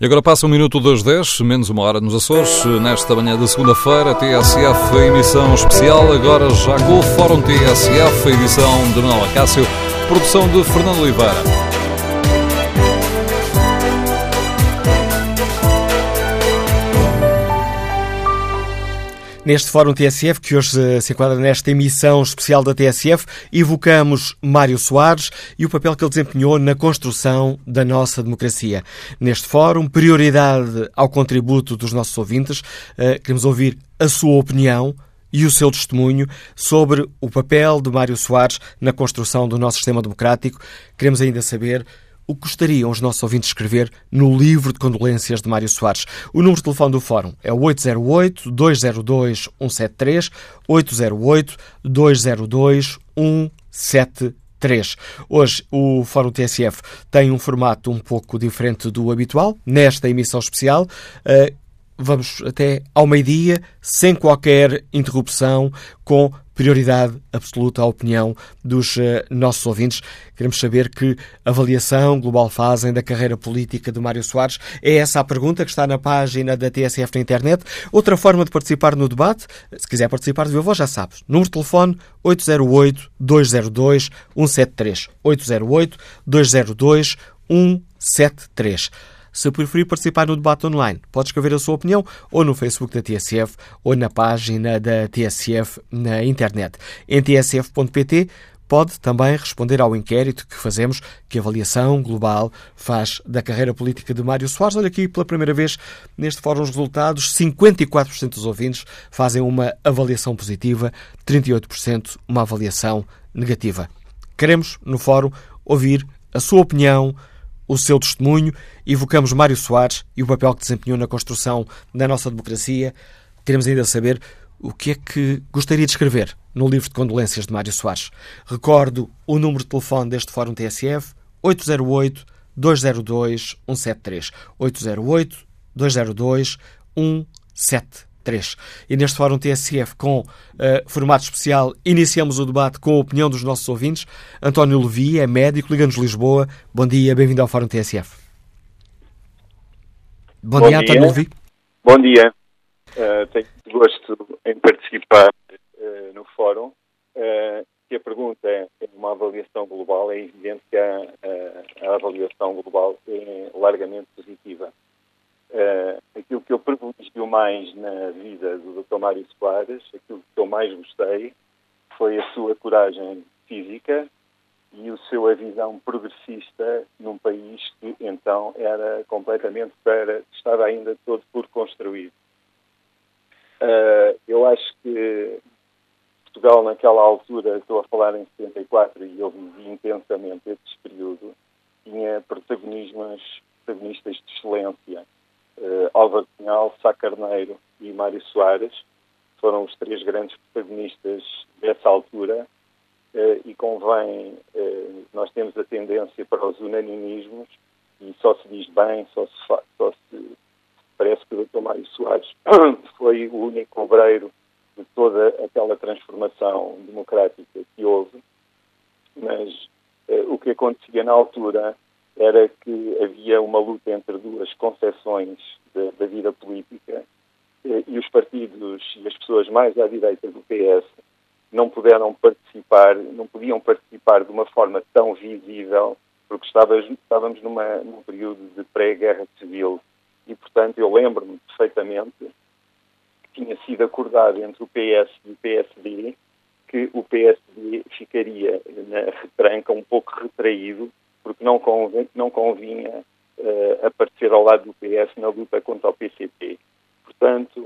E agora passa 1 minuto das 10, menos 1 hora nos Açores. Nesta manhã de segunda-feira, TSF, emissão especial. Agora já com o Fórum TSF, edição de Manuel Acácio, produção de Fernando Oliveira. Neste Fórum TSF, que hoje se enquadra nesta emissão especial da TSF, evocamos Mário Soares e o papel que ele desempenhou na construção da nossa democracia. Neste Fórum, prioridade ao contributo dos nossos ouvintes. Queremos ouvir a sua opinião e o seu testemunho sobre o papel de Mário Soares na construção do nosso sistema democrático. Queremos ainda saber o que gostariam os nossos ouvintes escrever no livro de condolências de Mário Soares. O número de telefone do Fórum é o 808-202-173, 808-202-173. Hoje o Fórum TSF tem um formato um pouco diferente do habitual. Nesta emissão especial, vamos até ao meio-dia, sem qualquer interrupção, com prioridade absoluta à opinião dos nossos ouvintes. Queremos saber que avaliação global fazem da carreira política de Mário Soares. É essa a pergunta que está na página da TSF na internet. Outra forma de participar no debate, se quiser participar de viva voz, já sabes. Número de telefone 808-202-173. 808-202-173. Se preferir participar no debate online, pode escrever a sua opinião ou no Facebook da TSF ou na página da TSF na internet. Em tsf.pt pode também responder ao inquérito que fazemos, que avaliação global faz da carreira política de Mário Soares. Olha aqui pela primeira vez neste fórum os resultados. 54% dos ouvintes fazem uma avaliação positiva, 38% uma avaliação negativa. Queremos, no fórum, ouvir a sua opinião, o seu testemunho. Evocamos Mário Soares e o papel que desempenhou na construção da nossa democracia. Queremos ainda saber o que é que gostaria de escrever no livro de condolências de Mário Soares. Recordo o número de telefone deste Fórum TSF, 808-202-173. 808-202-173. E neste Fórum TSF, com formato especial, iniciamos o debate com a opinião dos nossos ouvintes. António Levi é médico, liga-nos de Lisboa. Bom dia, bem-vindo ao Fórum TSF. Bom dia, António Levi. Bom dia. Tenho gosto em participar no Fórum. Que a pergunta é uma avaliação global. É evidente que a avaliação global é largamente positiva. Aquilo que eu privilegio mais na vida do Dr. Mário Soares, aquilo que eu mais gostei, foi a sua coragem física e a sua visão progressista num país que então era completamente estava ainda todo por construir. Eu acho que Portugal naquela altura, estou a falar em 74 e eu vivi intensamente esse período, tinha protagonistas de excelência. Álvaro Cunhal, Sá Carneiro e Mário Soares foram os 3 grandes protagonistas dessa altura e convém, nós temos a tendência para os unanimismos e só se diz bem, parece que o Dr. Mário Soares foi o único obreiro de toda aquela transformação democrática que houve, mas o que acontecia na altura era que havia uma luta entre duas concepções da vida política e os partidos e as pessoas mais à direita do PS não podiam participar de uma forma tão visível, porque estávamos num período de pré-guerra civil e, portanto, eu lembro-me perfeitamente que tinha sido acordado entre o PS e o PSD que o PSD ficaria na retranca, um pouco retraído, porque não convinha aparecer ao lado do PS na luta contra o PCP. Portanto,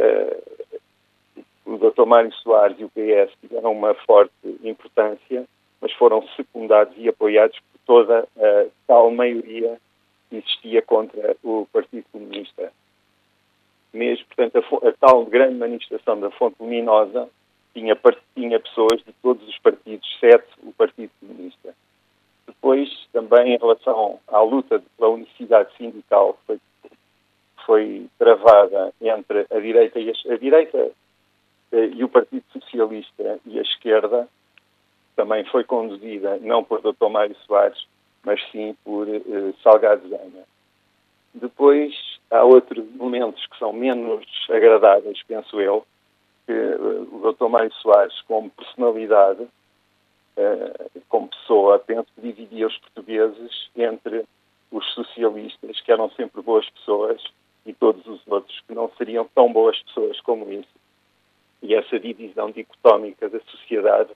o Dr. Mário Soares e o PS tiveram uma forte importância, mas foram secundados e apoiados por toda a tal maioria que existia contra o Partido Comunista. Mesmo, portanto, a tal grande manifestação da Fonte Luminosa tinha pessoas de todos os partidos, exceto o Partido Comunista. Depois, também em relação à luta pela unicidade sindical, foi travada entre a direita e o Partido Socialista e a esquerda, também foi conduzida não por Dr. Mário Soares, mas sim por Salgado Zanha. Depois, há outros elementos que são menos agradáveis, penso eu, que o Dr. Mário Soares, como personalidade, como pessoa, penso que dividia os portugueses entre os socialistas, que eram sempre boas pessoas, e todos os outros que não seriam tão boas pessoas como isso. E essa divisão dicotómica da sociedade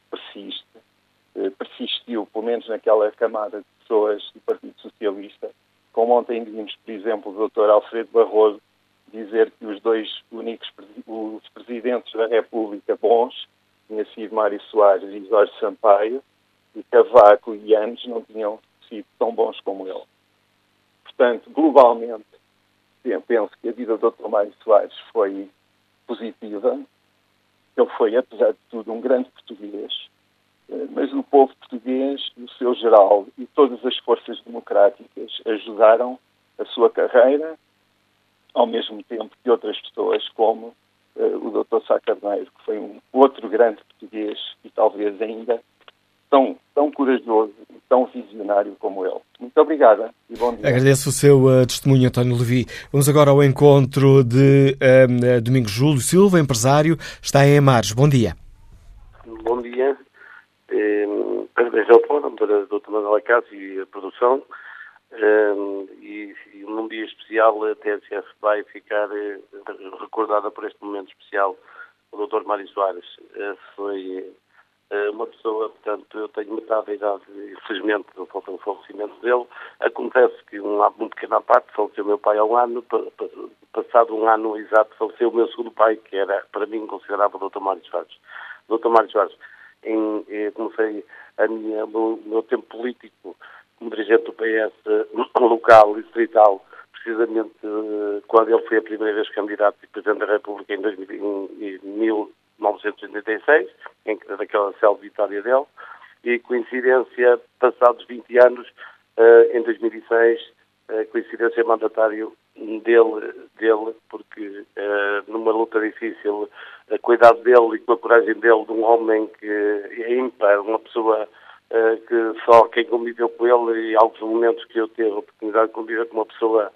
persistiu, pelo menos naquela camada de pessoas do Partido Socialista, como ontem vimos, por exemplo, o Dr. Alfredo Barroso dizer que os dois únicos os presidentes da República bons tinham sido Mário Soares e Jorge Sampaio, e Cavaco e Yanes não tinham sido tão bons como ele. Portanto, globalmente, penso que a vida do Dr. Mário Soares foi positiva. Ele foi, apesar de tudo, um grande português, mas o povo português, no seu geral, e todas as forças democráticas ajudaram a sua carreira, ao mesmo tempo que outras pessoas, como o Dr. Sá Carneiro, que foi um outro grande português e talvez ainda tão corajoso e tão visionário como ele. Muito obrigada e bom dia. Agradeço o seu testemunho, António Levi. Vamos agora ao encontro de Domingos Júlio Silva, empresário, está em Amares. Bom dia. Bom dia. Parabéns ao fórum para o Dr. Manuel Acácio e a produção. E num dia especial a TSF vai ficar recordada por este momento especial. O Dr. Mário Soares foi uma pessoa, portanto, eu tenho metade da idade, infelizmente, não falta o falecimento dele. Acontece que, muito pequeno à parte, faleceu meu pai há um ano, passado um ano exato, faleceu o meu segundo pai, que era, para mim, considerável o Dr. Mário Soares. Dr. Mário Soares, comecei o meu tempo político como dirigente do PS local e distrital, precisamente quando ele foi a primeira vez candidato a Presidente da República em 1986, daquela célebre vitória dele, e coincidência, passados 20 anos, em 2006, coincidência mandatário dele, porque numa luta difícil, a cuidado dele e com a coragem dele, de um homem que é ímpar, uma pessoa que só quem conviveu com ele, e alguns momentos que eu tive a oportunidade de conviver com uma pessoa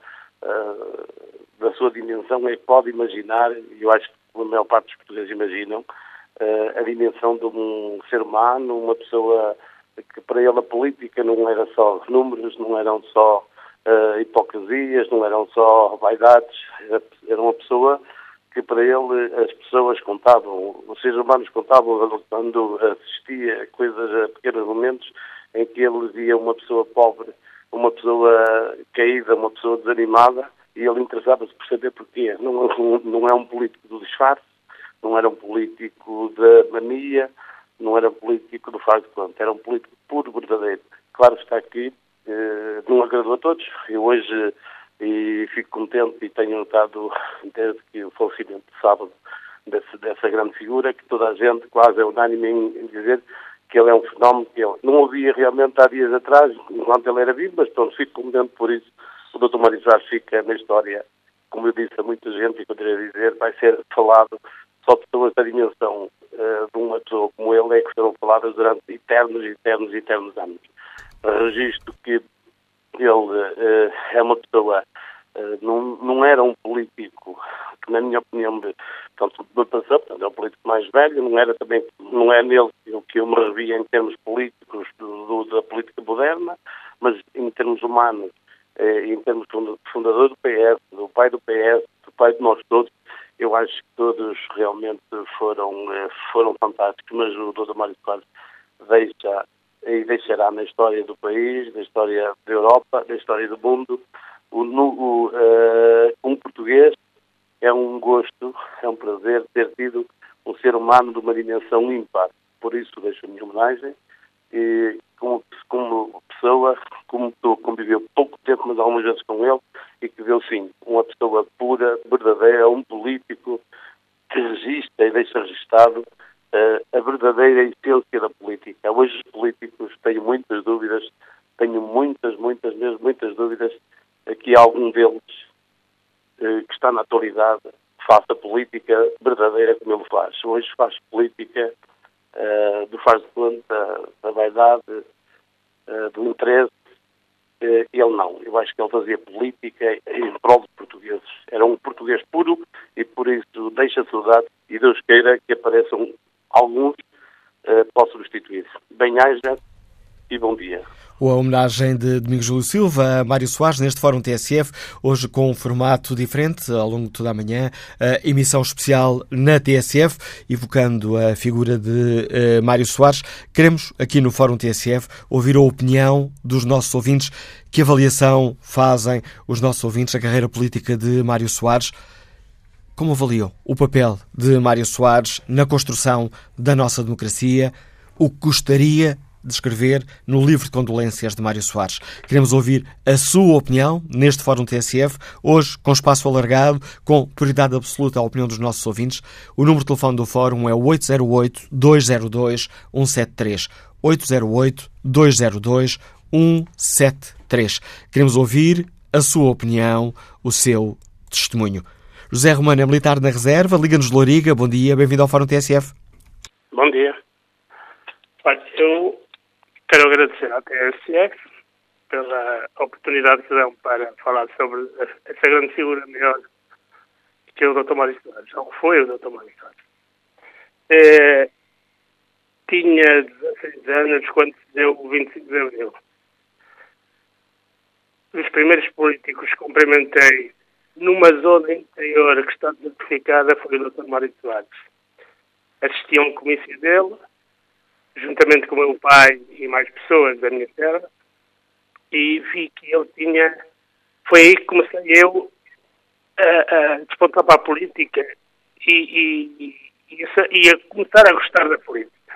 da sua dimensão, é que pode imaginar, e eu acho que a maior parte dos portugueses imaginam, a dimensão de um ser humano, uma pessoa que para ele a política não era só números, não eram só hipocrisias, não eram só vaidades, era uma pessoa que para ele as pessoas contavam, os seres humanos contavam quando assistia a coisas, a pequenos momentos em que ele via uma pessoa pobre, uma pessoa caída, uma pessoa desanimada, e ele interessava-se por saber porquê. Não é um político do disfarce, não era um político da mania, não era um político do faz de conta, era um político puro, verdadeiro. Claro que está aqui, não agradou a todos. Eu hoje fico contente e tenho notado, desde que o falecimento de sábado dessa grande figura, que toda a gente quase é unânime em dizer que ele é um fenómeno que ele não ouvia realmente há dias atrás, enquanto ele era vivo, mas pronto, fico contente por isso. O Dr. Mário Soares fica na história, como eu disse a muita gente, e poderia dizer, vai ser falado, só pessoas da dimensão de uma pessoa como ele é que serão faladas durante eternos anos. Registro que ele é uma pessoa, não era um político que, na minha opinião, é um político mais velho, não é nele que eu me revia em termos políticos da política moderna, mas em termos humanos, em termos de fundador do PS, do pai de nós todos, eu acho que todos realmente foram fantásticos, mas o Dr. Mário Soares deixará na história do país, na história da Europa, na história do mundo. Um português, é um gosto, é um prazer ter tido um ser humano de uma dimensão ímpar. Por isso deixo a minha homenagem. E como pessoa, como conviveu pouco tempo, mas algumas vezes com ele, e que viu, sim, uma pessoa pura, verdadeira, um político que registra e deixa registado a verdadeira essência da política. Hoje os políticos tenho muitas dúvidas, mesmo muitas dúvidas, que algum deles que está na atualidade faça política verdadeira como ele faz. Hoje faz política do faz de conta, da vaidade, do interesse, Ele não. Eu acho que ele fazia política em prol dos portugueses. Era um português puro e por isso deixa saudade e Deus queira que apareçam alguns para o substituir. Bem-aja e bom dia. A homenagem de Domingos Júlio Silva a Mário Soares neste Fórum TSF, hoje com um formato diferente, ao longo de toda a manhã, emissão especial na TSF, evocando a figura de Mário Soares. Queremos, aqui no Fórum TSF, ouvir a opinião dos nossos ouvintes. Que avaliação fazem os nossos ouvintes da carreira política de Mário Soares? Como avaliam o papel de Mário Soares na construção da nossa democracia? O que gostaria de escrever no livro de condolências de Mário Soares? Queremos ouvir a sua opinião neste Fórum TSF, hoje com espaço alargado, com prioridade absoluta à opinião dos nossos ouvintes. O número de telefone do Fórum é o 808-202-173. 808-202-173. Queremos ouvir a sua opinião, o seu testemunho. José Romano é militar na reserva, Liga-nos de Louriga. Bom dia, bem-vindo ao Fórum TSF. Bom dia. Olha, eu quero agradecer à TSF pela oportunidade que dão para falar sobre essa grande figura maior que é o Dr. Mário Soares, ou que foi o Dr. Mário Soares. Tinha 16 anos quando se deu o 25 de Abril. Dos primeiros políticos que cumprimentei numa zona interior que está desertificada foi o Dr. Mário Soares. Assisti a um comício dele, juntamente com o meu pai e mais pessoas da minha terra, e vi que ele tinha... Foi aí que comecei eu a despontar para a política e a começar a gostar da política.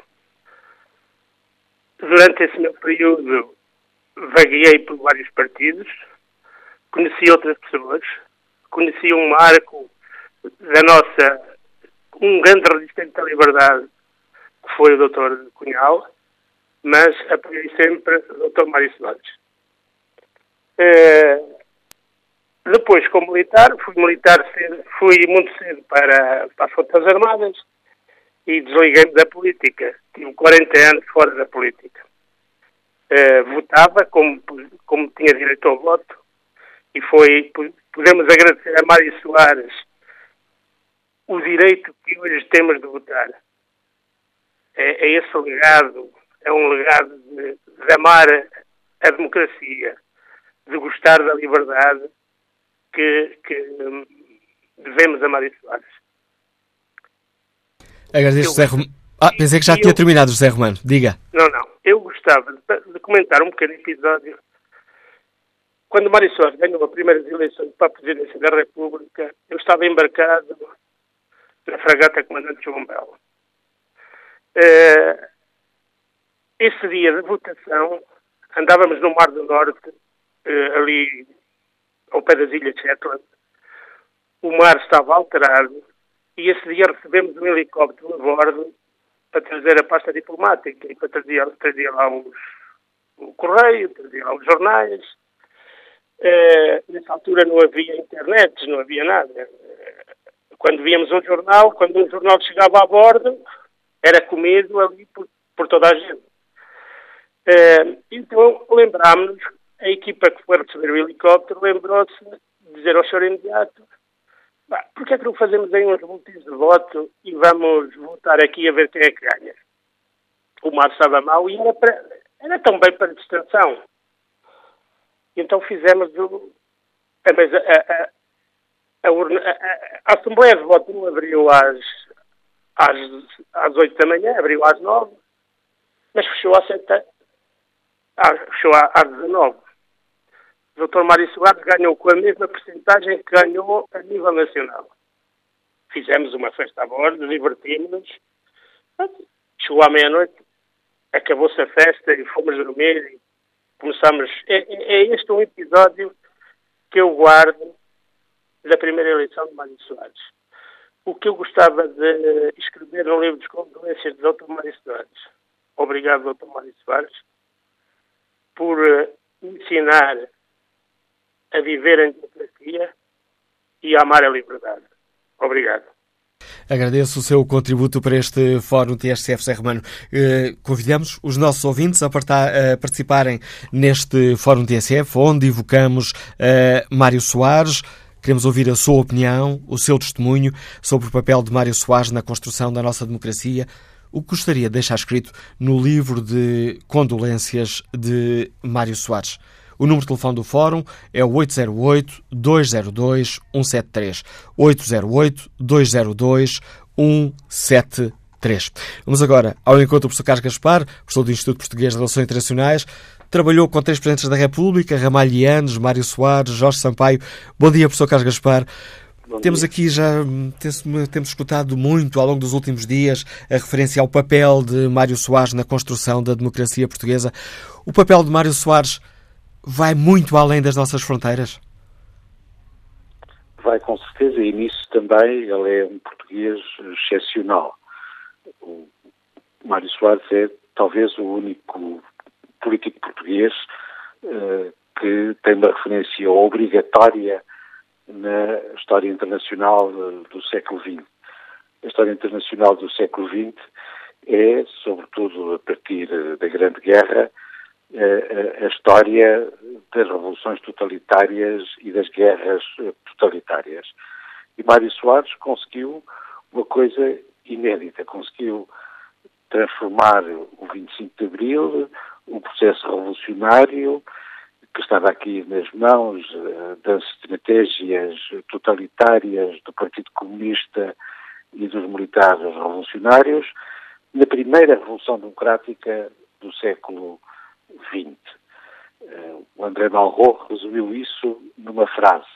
Durante esse meu período, vagueei por vários partidos, conheci outras pessoas, conheci um marco da nossa... um grande resistente à liberdade, que foi o Dr. Cunhal, mas apoiei sempre o Dr. Mário Soares. Depois, como militar, fui muito cedo para as Forças Armadas e desliguei-me da política. Tive 40 anos fora da política. Votava como tinha direito ao voto e podemos agradecer a Mário Soares o direito que hoje temos de votar. É esse legado, é um legado de amar a democracia, de gostar da liberdade que devemos a Mário Soares. Agradeço, José Romano. Pensei que já tinha terminado, José Romano. Diga. Não. Eu gostava de comentar um pequeno episódio. Quando Mário Soares ganhou as primeiras eleições para a presidência da República, eu estava embarcado na fragata Comandante João Belo. Esse dia de votação, andávamos no Mar do Norte, ali ao pé das Ilhas Shetland. O mar estava alterado e esse dia recebemos um helicóptero a bordo para trazer a pasta diplomática e para trazer lá o correio, trazia lá os jornais. Nessa altura não havia internet, não havia nada. Quando víamos um jornal, quando um jornal chegava a bordo, era comido ali por toda a gente. Então lembrámos-nos, a equipa que foi receber o helicóptero lembrou-se de dizer ao senhor imediato: por que é que não fazemos aí uns boletins de voto e vamos votar aqui a ver quem é que ganha? O mar estava mal e era também para distração. Então fizemos a Assembleia de Voto não abriu às 8 da manhã, abriu às 9, mas fechou fechou às 19. O Dr. Mário Soares ganhou com a mesma percentagem que ganhou a nível nacional. Fizemos uma festa a bordo, divertimos-nos. Chegou à meia-noite, acabou-se a festa e fomos dormir e começamos... É este um episódio que eu guardo da primeira eleição de Mário Soares. O que eu gostava de escrever no livro de condolências do Dr. Mário Soares. Obrigado, Dr. Mário Soares, por ensinar a viver em democracia e a amar a liberdade. Obrigado. Agradeço o seu contributo para este Fórum TSF Zé Romano. Convidamos os nossos ouvintes a participarem neste Fórum TSF, onde evocamos Mário Soares. Queremos ouvir a sua opinião, o seu testemunho sobre o papel de Mário Soares na construção da nossa democracia. O que gostaria de deixar escrito no livro de condolências de Mário Soares? O número de telefone do Fórum é o 808-202-173. 808-202-173. Vamos agora ao encontro do professor Carlos Gaspar, professor do Instituto Português de Relações Internacionais. Trabalhou com 3 presidentes da República, Ramalho Eanes, Mário Soares, Jorge Sampaio. Bom dia, professor Carlos Gaspar. Temos aqui temos escutado muito ao longo dos últimos dias a referência ao papel de Mário Soares na construção da democracia portuguesa. O papel de Mário Soares vai muito além das nossas fronteiras? Vai, com certeza, e nisso também ele é um português excepcional. O Mário Soares é talvez o único político português que tem uma referência obrigatória na história internacional do século XX. A história internacional do século XX é, sobretudo a partir da Grande Guerra, a história das revoluções totalitárias e das guerras totalitárias. E Mário Soares conseguiu uma coisa inédita, conseguiu transformar o 25 de Abril, um processo revolucionário que estava aqui nas mãos das estratégias totalitárias do Partido Comunista e dos militares revolucionários, na primeira revolução democrática do século XX. O André Malraux resumiu isso numa frase.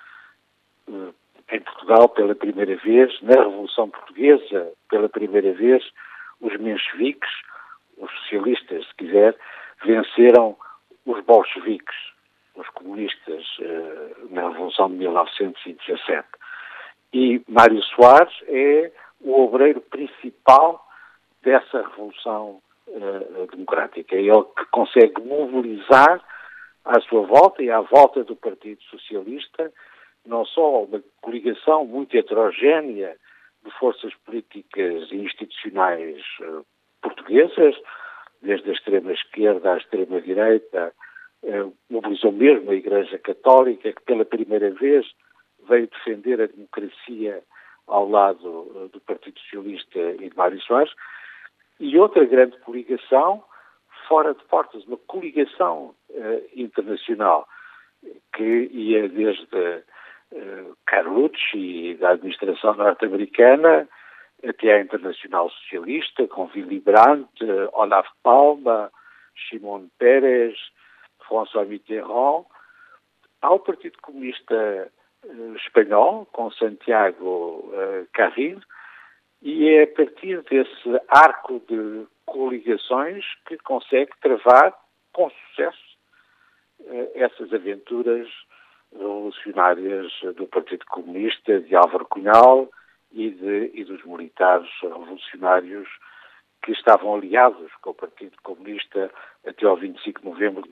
Em Portugal, pela primeira vez, na Revolução Portuguesa, pela primeira vez, os mencheviques, os socialistas, se quiser, venceram os bolcheviques, os comunistas, na Revolução de 1917. E Mário Soares é o obreiro principal dessa Revolução democrática. É ele que consegue mobilizar à sua volta e à volta do Partido Socialista não só uma coligação muito heterogénea de forças políticas e institucionais portuguesas, desde a extrema-esquerda à extrema-direita, mobilizou mesmo a Igreja Católica, que pela primeira vez veio defender a democracia ao lado do Partido Socialista e de Mário Soares, e outra grande coligação fora de portas, uma coligação internacional que ia desde Carlucci, da administração norte-americana, até à Internacional Socialista, com Willy Brandt, Olaf Palme, Shimon Peres, François Mitterrand, ao Partido Comunista Espanhol, com Santiago Carril, e é a partir desse arco de coligações que consegue travar com sucesso essas aventuras revolucionárias do Partido Comunista, de Álvaro Cunhal e dos militares revolucionários que estavam aliados com o Partido Comunista até ao 25 de novembro de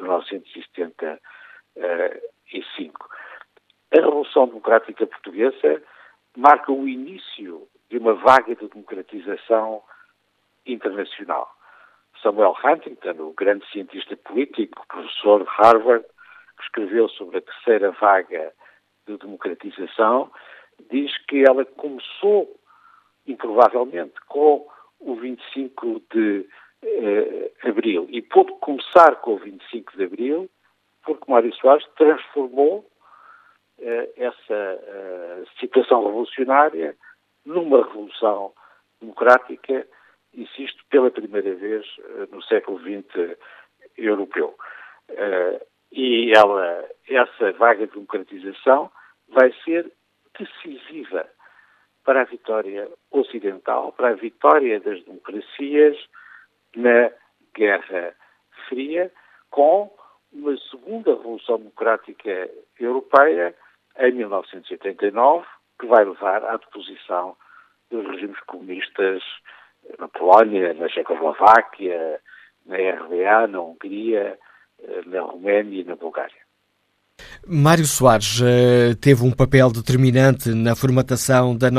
1975. A Revolução Democrática Portuguesa marca o início de uma vaga de democratização internacional. Samuel Huntington, o grande cientista político, professor de Harvard, que escreveu sobre a terceira vaga de democratização, diz que ela começou, improvavelmente, com o 25 de Abril. E pôde começar com o 25 de Abril porque Mário Soares transformou essa situação revolucionária numa revolução democrática, insisto, pela primeira vez no século XX europeu. E essa vaga de democratização vai ser decisiva para a vitória ocidental, para a vitória das democracias na Guerra Fria, com uma segunda Revolução Democrática Europeia em 1989, que vai levar à deposição dos regimes comunistas na Polónia, na Checoslováquia, na RDA, na Hungria, na Roménia e na Bulgária. Mário Soares teve um papel determinante na formatação do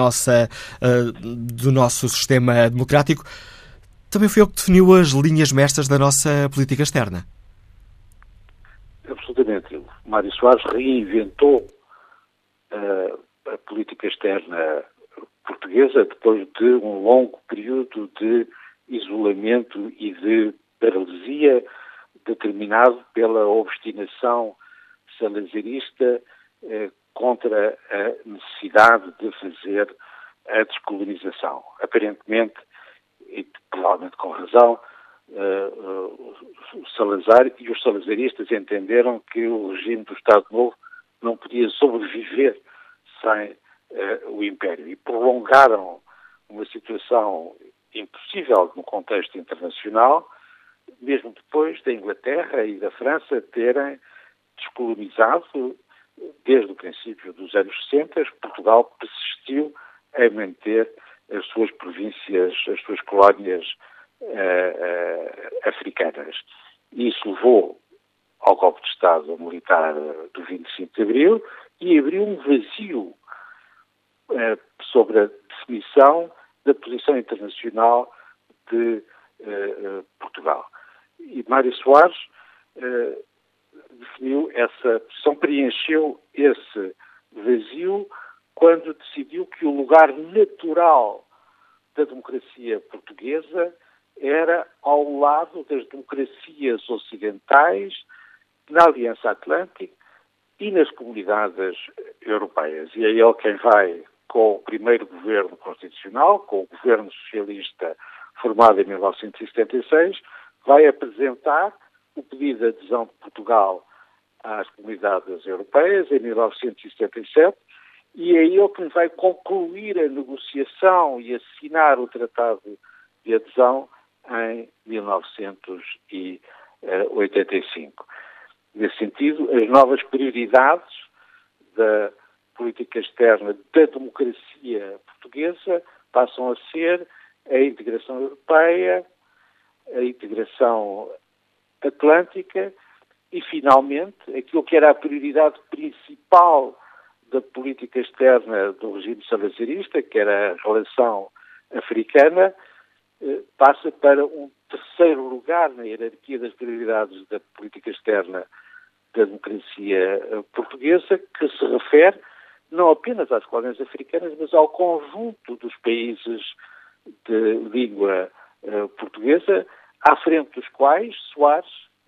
nosso sistema democrático. Também foi ele que definiu as linhas mestras da nossa política externa. Absolutamente. Mário Soares reinventou a política externa portuguesa depois de um longo período de isolamento e de paralisia determinado pela obstinação salazarista contra a necessidade de fazer a descolonização. Aparentemente, e provavelmente com razão, o Salazar e os salazaristas entenderam que o regime do Estado Novo não podia sobreviver sem o Império e prolongaram uma situação impossível no contexto internacional, mesmo depois da Inglaterra e da França terem descolonizado desde o princípio dos anos 60. Portugal persistiu em manter as suas províncias, as suas colónias africanas. Isso levou ao golpe de Estado militar do 25 de Abril e abriu um vazio sobre a definição da posição internacional de Portugal. E Mário Soares definiu essa posição, preencheu esse vazio quando decidiu que o lugar natural da democracia portuguesa era ao lado das democracias ocidentais, na Aliança Atlântica e nas comunidades europeias. E é ele quem vai, com o primeiro governo constitucional, com o governo socialista formado em 1976, vai apresentar o pedido de adesão de Portugal às comunidades europeias em 1977, e é ele quem vai concluir a negociação e assinar o Tratado de Adesão em 1985. Nesse sentido, as novas prioridades da política externa da democracia portuguesa passam a ser a integração europeia, a integração atlântica e, finalmente, aquilo que era a prioridade principal da política externa do regime salazarista, que era a relação africana, passa para um terceiro lugar na hierarquia das prioridades da política externa da democracia portuguesa, que se refere não apenas às colónias africanas, mas ao conjunto dos países de língua portuguesa, à frente dos quais Soares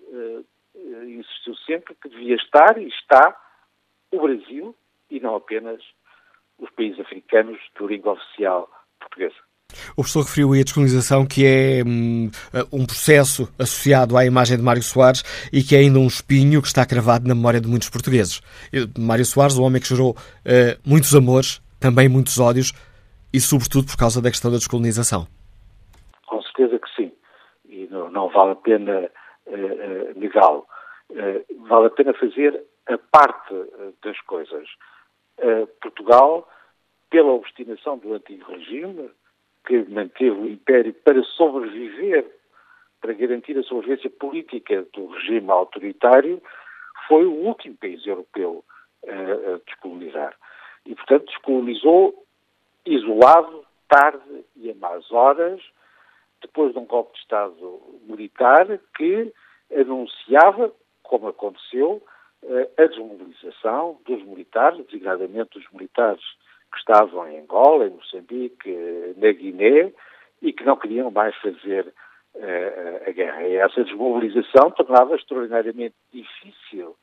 insistiu sempre que devia estar e está o Brasil e não apenas os países africanos de língua oficial portuguesa. O professor referiu aí a descolonização, que é um processo associado à imagem de Mário Soares e que é ainda um espinho que está cravado na memória de muitos portugueses. Mário Soares, o homem que gerou muitos amores, também muitos ódios, e sobretudo por causa da questão da descolonização. Com certeza que sim. E não vale a pena negá-lo. Vale a pena fazer a parte das coisas. Portugal, pela obstinação do antigo regime, que manteve o Império para sobreviver, para garantir a sobrevivência política do regime autoritário, foi o último país europeu a descolonizar. E, portanto, descolonizou isolado, tarde e a más horas, depois de um golpe de Estado militar que anunciava, como aconteceu, a desmobilização dos militares, designadamente dos militares que estavam em Angola, em Moçambique, na Guiné, e que não queriam mais fazer a guerra. E essa desmobilização tornava extraordinariamente difícil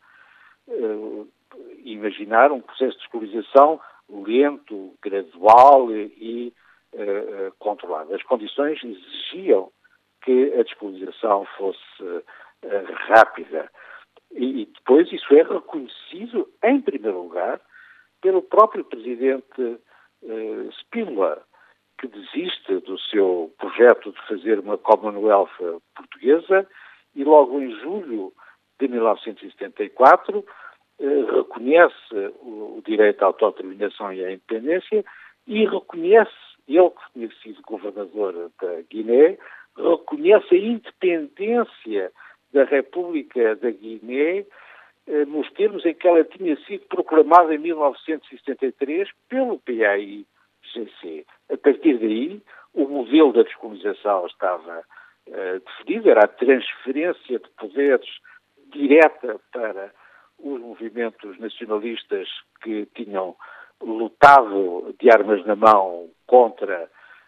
imaginar um processo de descolonização lento, gradual e controlado. As condições exigiam que a descolonização fosse rápida. E depois isso é reconhecido, em primeiro lugar, pelo próprio presidente Spínola, que desiste do seu projeto de fazer uma Commonwealth portuguesa e logo em julho de 1974 reconhece o direito à autodeterminação e à independência e reconhece, ele que tinha sido governador da Guiné, reconhece a independência da República da Guiné nos termos em que ela tinha sido proclamada em 1973 pelo PAI-GC. A partir daí, o modelo da descolonização estava definido, era a transferência de poderes direta para os movimentos nacionalistas que tinham lutado de armas na mão contra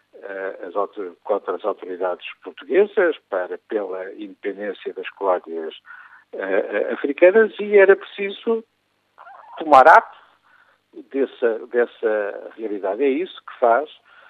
as autoridades portuguesas, pela independência das colónias africanas, e era preciso tomar ato dessa realidade. É isso que faz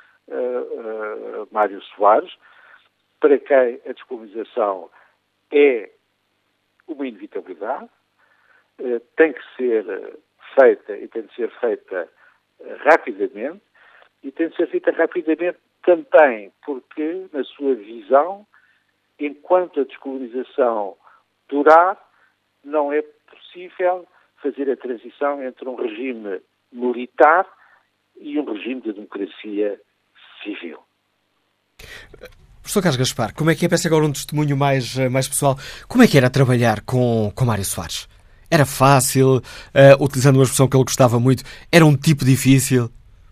Mário Soares, para quem a descolonização é uma inevitabilidade, tem que ser feita e tem de ser feita rapidamente, e tem de ser feita rapidamente também porque, na sua visão, enquanto a descolonização durar, não é possível fazer a transição entre um regime militar e um regime de democracia civil. Professor Carlos Gaspar, como é que é? Peço agora um testemunho mais pessoal. Como é que era trabalhar com Mário Soares? Era fácil? Utilizando uma expressão que ele gostava muito, era um tipo difícil?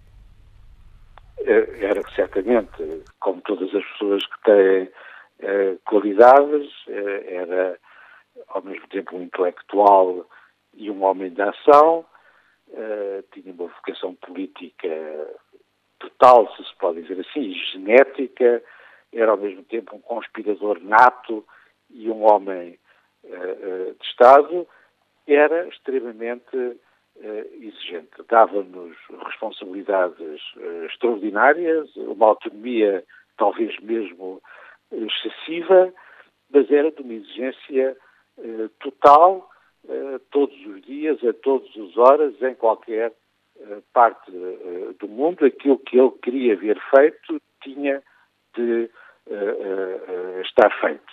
Era certamente, como todas as pessoas que têm qualidades, era ao mesmo tempo um intelectual e um homem de ação, tinha uma vocação política total, se pode dizer assim, genética, era ao mesmo tempo um conspirador nato e um homem de Estado, era extremamente exigente. Dava-nos responsabilidades extraordinárias, uma autonomia talvez mesmo excessiva, mas era de uma exigência total, todos os dias, a todas as horas, em qualquer parte do mundo. Aquilo que ele queria ver feito tinha de estar feito.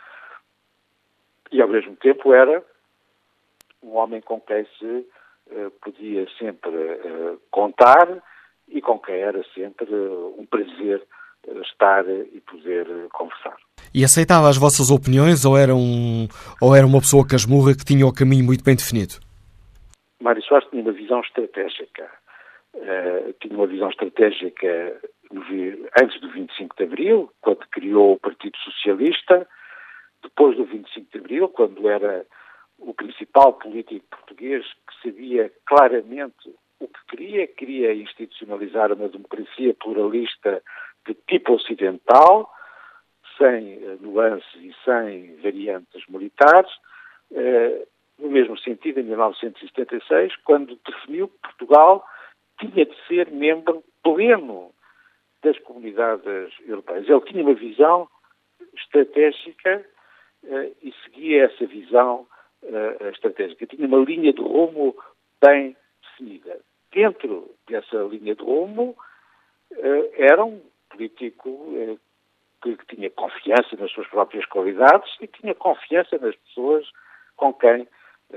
E ao mesmo tempo era um homem com quem se podia sempre contar e com quem era sempre um prazer estar e poder conversar. E aceitava as vossas opiniões ou era uma pessoa casmurra que tinha o caminho muito bem definido? Mário Soares tinha uma visão estratégica. Tinha uma visão estratégica antes do 25 de Abril, quando criou o Partido Socialista, depois do 25 de Abril, quando era o principal político português que sabia claramente o que queria institucionalizar uma democracia pluralista de tipo ocidental, sem nuances e sem variantes militares, no mesmo sentido, em 1976, quando definiu que Portugal tinha de ser membro pleno das comunidades europeias. Ele tinha uma visão estratégica e seguia essa visão estratégica. Tinha uma linha de rumo bem definida. Dentro dessa linha de rumo, era um político que tinha confiança nas suas próprias qualidades e tinha confiança nas pessoas com quem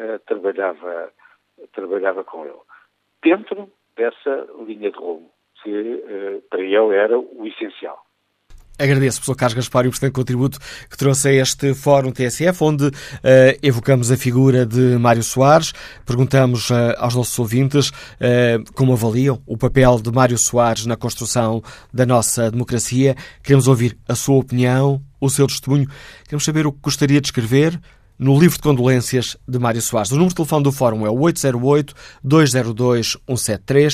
trabalhava com ele. Dentro dessa linha de rumo, que para ele era o essencial. Agradeço, professor Carlos Gaspar, o importante contributo que trouxe a este Fórum TSF, onde evocamos a figura de Mário Soares. Perguntamos aos nossos ouvintes como avaliam o papel de Mário Soares na construção da nossa democracia. Queremos ouvir a sua opinião, o seu testemunho. Queremos saber o que gostaria de escrever no livro de condolências de Mário Soares. O número de telefone do Fórum é o 808-202-173,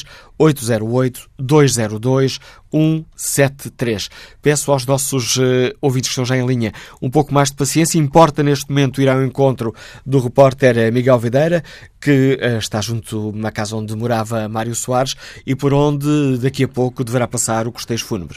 808-202-173. Peço aos nossos ouvintes que estão já em linha um pouco mais de paciência. Importa neste momento ir ao encontro do repórter Miguel Videira, que está junto na casa onde morava Mário Soares e por onde daqui a pouco deverá passar o cortejo fúnebre.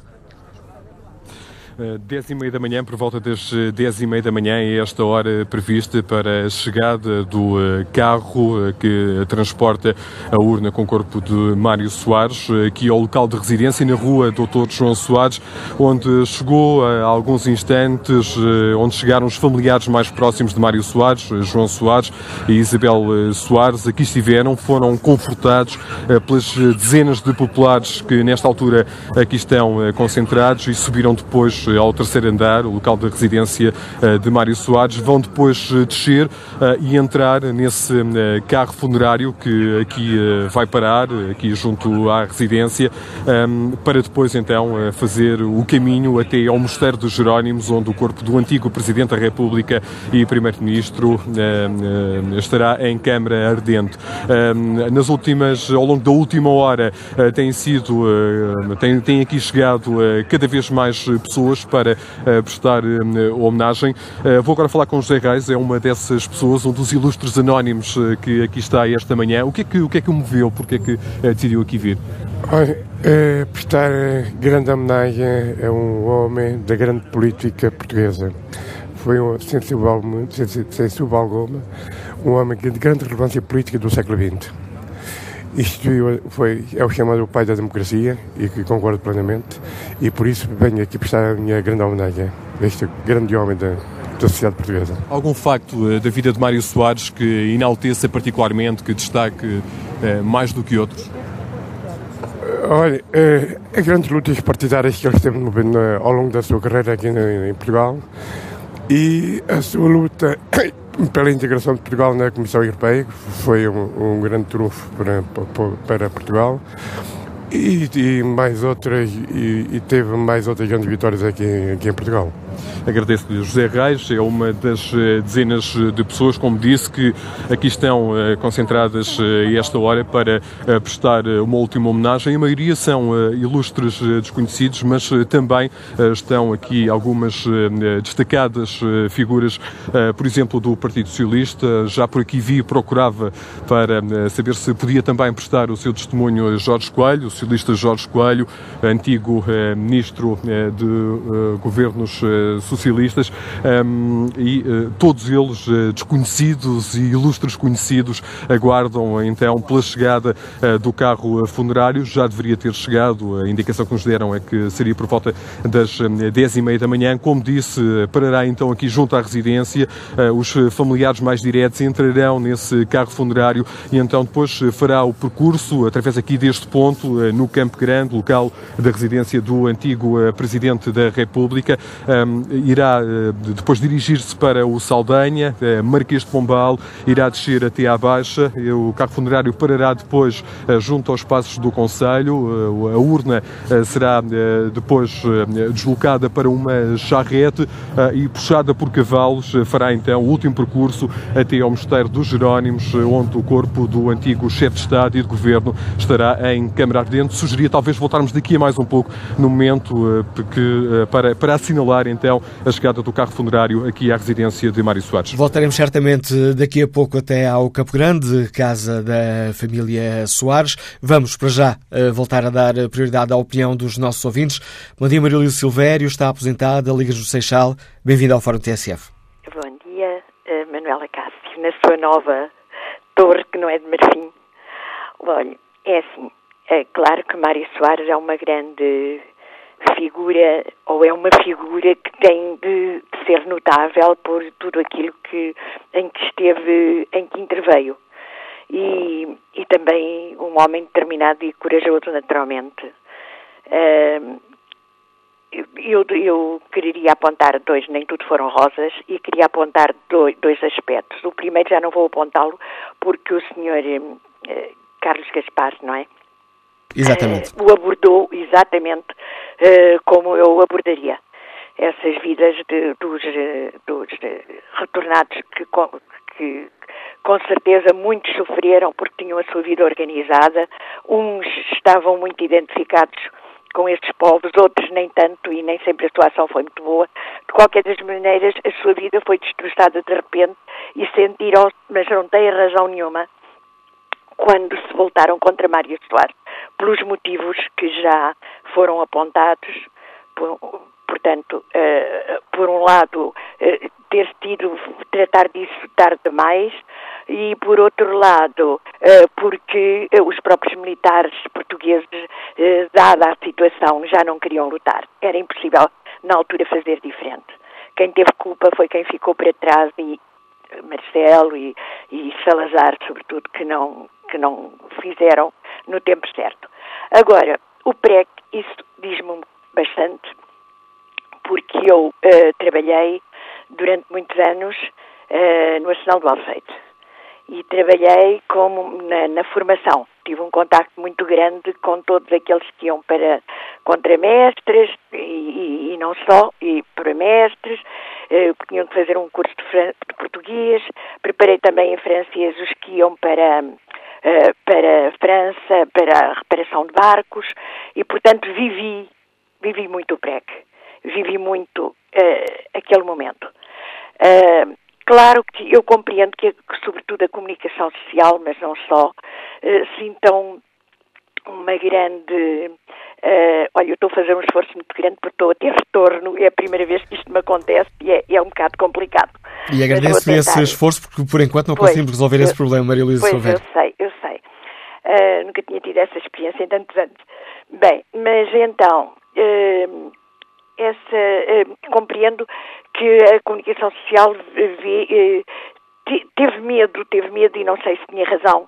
10h30 da manhã, por volta das 10h30 da manhã, é esta hora prevista para a chegada do carro que transporta a urna com o corpo de Mário Soares, aqui ao local de residência, na rua Dr. João Soares, onde chegou há alguns instantes, onde chegaram os familiares mais próximos de Mário Soares, João Soares e Isabel Soares. Aqui estiveram, foram confortados pelas dezenas de populares que nesta altura aqui estão concentrados e subiram depois ao terceiro andar, o local da residência de Mário Soares. Vão depois descer e entrar nesse carro funerário que aqui vai parar, aqui junto à residência, para depois então fazer o caminho até ao Mosteiro dos Jerónimos, onde o corpo do antigo Presidente da República e Primeiro-Ministro estará em câmara ardente. Ao longo da última hora têm aqui chegado cada vez mais pessoas para prestar homenagem. Vou agora falar com José Reis, é uma dessas pessoas, um dos ilustres anónimos que aqui está esta manhã. O que é que o moveu? Porque é que decidiu aqui vir? Olha, prestar grande homenagem a um homem da grande política portuguesa. Foi, sem dúvida alguma, um homem de grande relevância política do século XX. É o chamado pai da democracia, e que concordo plenamente, e por isso venho aqui prestar a minha grande homenagem a este grande homem da sociedade portuguesa. Algum facto da vida de Mário Soares que enalteça particularmente, que destaque mais do que outros? Olha, as grandes lutas partidárias que ele esteve ao longo da sua carreira aqui em Portugal, e a sua luta pela integração de Portugal na Comissão Europeia, que foi um grande trunfo para Portugal, e teve mais outras grandes vitórias aqui em Portugal. Agradeço-lhe. José Reis é uma das dezenas de pessoas, como disse, que aqui estão concentradas a esta hora para prestar uma última homenagem. A maioria são ilustres desconhecidos, mas também estão aqui algumas destacadas figuras, por exemplo, do Partido Socialista. Já por aqui procurava para saber se podia também prestar o seu testemunho Jorge Coelho, o socialista Jorge Coelho, antigo ministro de governos socialistas, e todos eles desconhecidos e ilustres conhecidos aguardam então pela chegada do carro funerário. Já deveria ter chegado, a indicação que nos deram é que seria por volta das 10h30 da manhã. Como disse, parará então aqui junto à residência, os familiares mais diretos entrarão nesse carro funerário e então depois fará o percurso através aqui deste ponto, no Campo Grande, local da residência do antigo Presidente da República. Irá depois dirigir-se para o Saldanha, Marquês de Pombal, irá descer até à Baixa. O carro funerário parará depois junto aos Passos do Concelho. A urna será depois deslocada para uma charrete e, puxada por cavalos, fará então o último percurso até ao Mosteiro dos Jerónimos, onde o corpo do antigo chefe de Estado e de Governo estará em câmara ardente. Sugeria talvez voltarmos daqui a mais um pouco no momento para assinalar então a chegada do carro funerário aqui à residência de Mário Soares. Voltaremos certamente daqui a pouco até ao Campo Grande, casa da família Soares. Vamos para já voltar a dar prioridade à opinião dos nossos ouvintes. Bom dia, Marília Silvério, está aposentada, Ligas do Seixal. Bem-vinda ao Fórum TSF. Bom dia, Manuela Cássio, na sua nova torre, que não é de marfim. Olha, é assim, é claro que Mário Soares é uma grande figura, ou é uma figura que tem de ser notável por tudo aquilo em que interveio. E também um homem determinado e corajoso, naturalmente. Eu queria apontar dois, nem tudo foram rosas, e queria apontar dois aspectos. O primeiro já não vou apontá-lo, porque o senhor Carlos Gaspar, não é? Exatamente. O abordou exatamente como eu abordaria. Essas vidas dos retornados que com certeza muitos sofreram porque tinham a sua vida organizada. Uns estavam muito identificados com estes povos, outros nem tanto, e nem sempre a sua ação foi muito boa. De qualquer das maneiras, a sua vida foi destroçada de repente e sentiram-se, mas não têm razão nenhuma, quando se voltaram contra Mário Soares, pelos motivos que já foram apontados. Portanto, por um lado, tratar disso tarde demais, e por outro lado, porque os próprios militares portugueses, dada a situação, já não queriam lutar. Era impossível, na altura, fazer diferente. Quem teve culpa foi quem ficou para trás, e Marcelo e Salazar, sobretudo, que não fizeram no tempo certo. Agora, o PREC, isso diz-me bastante, porque eu trabalhei durante muitos anos no Arsenal do Alceite e trabalhei na formação. Tive um contacto muito grande com todos aqueles que iam para contramestres e não só, e para mestres, tinham que fazer um curso de português. Preparei também em francês os que iam para a França, para a reparação de barcos, e portanto vivi muito o PREC, vivi muito aquele momento. Claro que eu compreendo que sobretudo a comunicação social, mas não só, sintam uma grande... olha, eu estou a fazer um esforço muito grande porque estou a ter retorno, é a primeira vez que isto me acontece e é um bocado complicado. E agradeço esse esforço porque por enquanto não conseguimos resolver esse problema, Maria Luísa Silvério. Eu sei. Nunca tinha tido essa experiência em tantos anos. Bem, mas então... compreendo que a comunicação social teve medo e não sei se tinha razão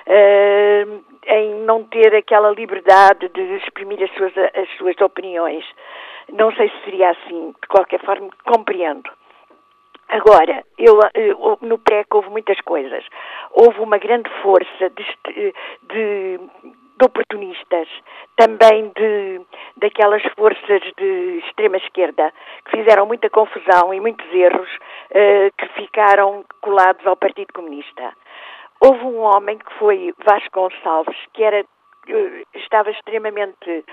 em não ter aquela liberdade de exprimir as suas opiniões. Não sei se seria assim, de qualquer forma compreendo. Agora, no PREC houve muitas coisas. Houve uma grande força de oportunistas, também daquelas forças de extrema-esquerda que fizeram muita confusão e muitos erros que ficaram colados ao Partido Comunista. Houve um homem que foi Vasco Gonçalves, que estava extremamente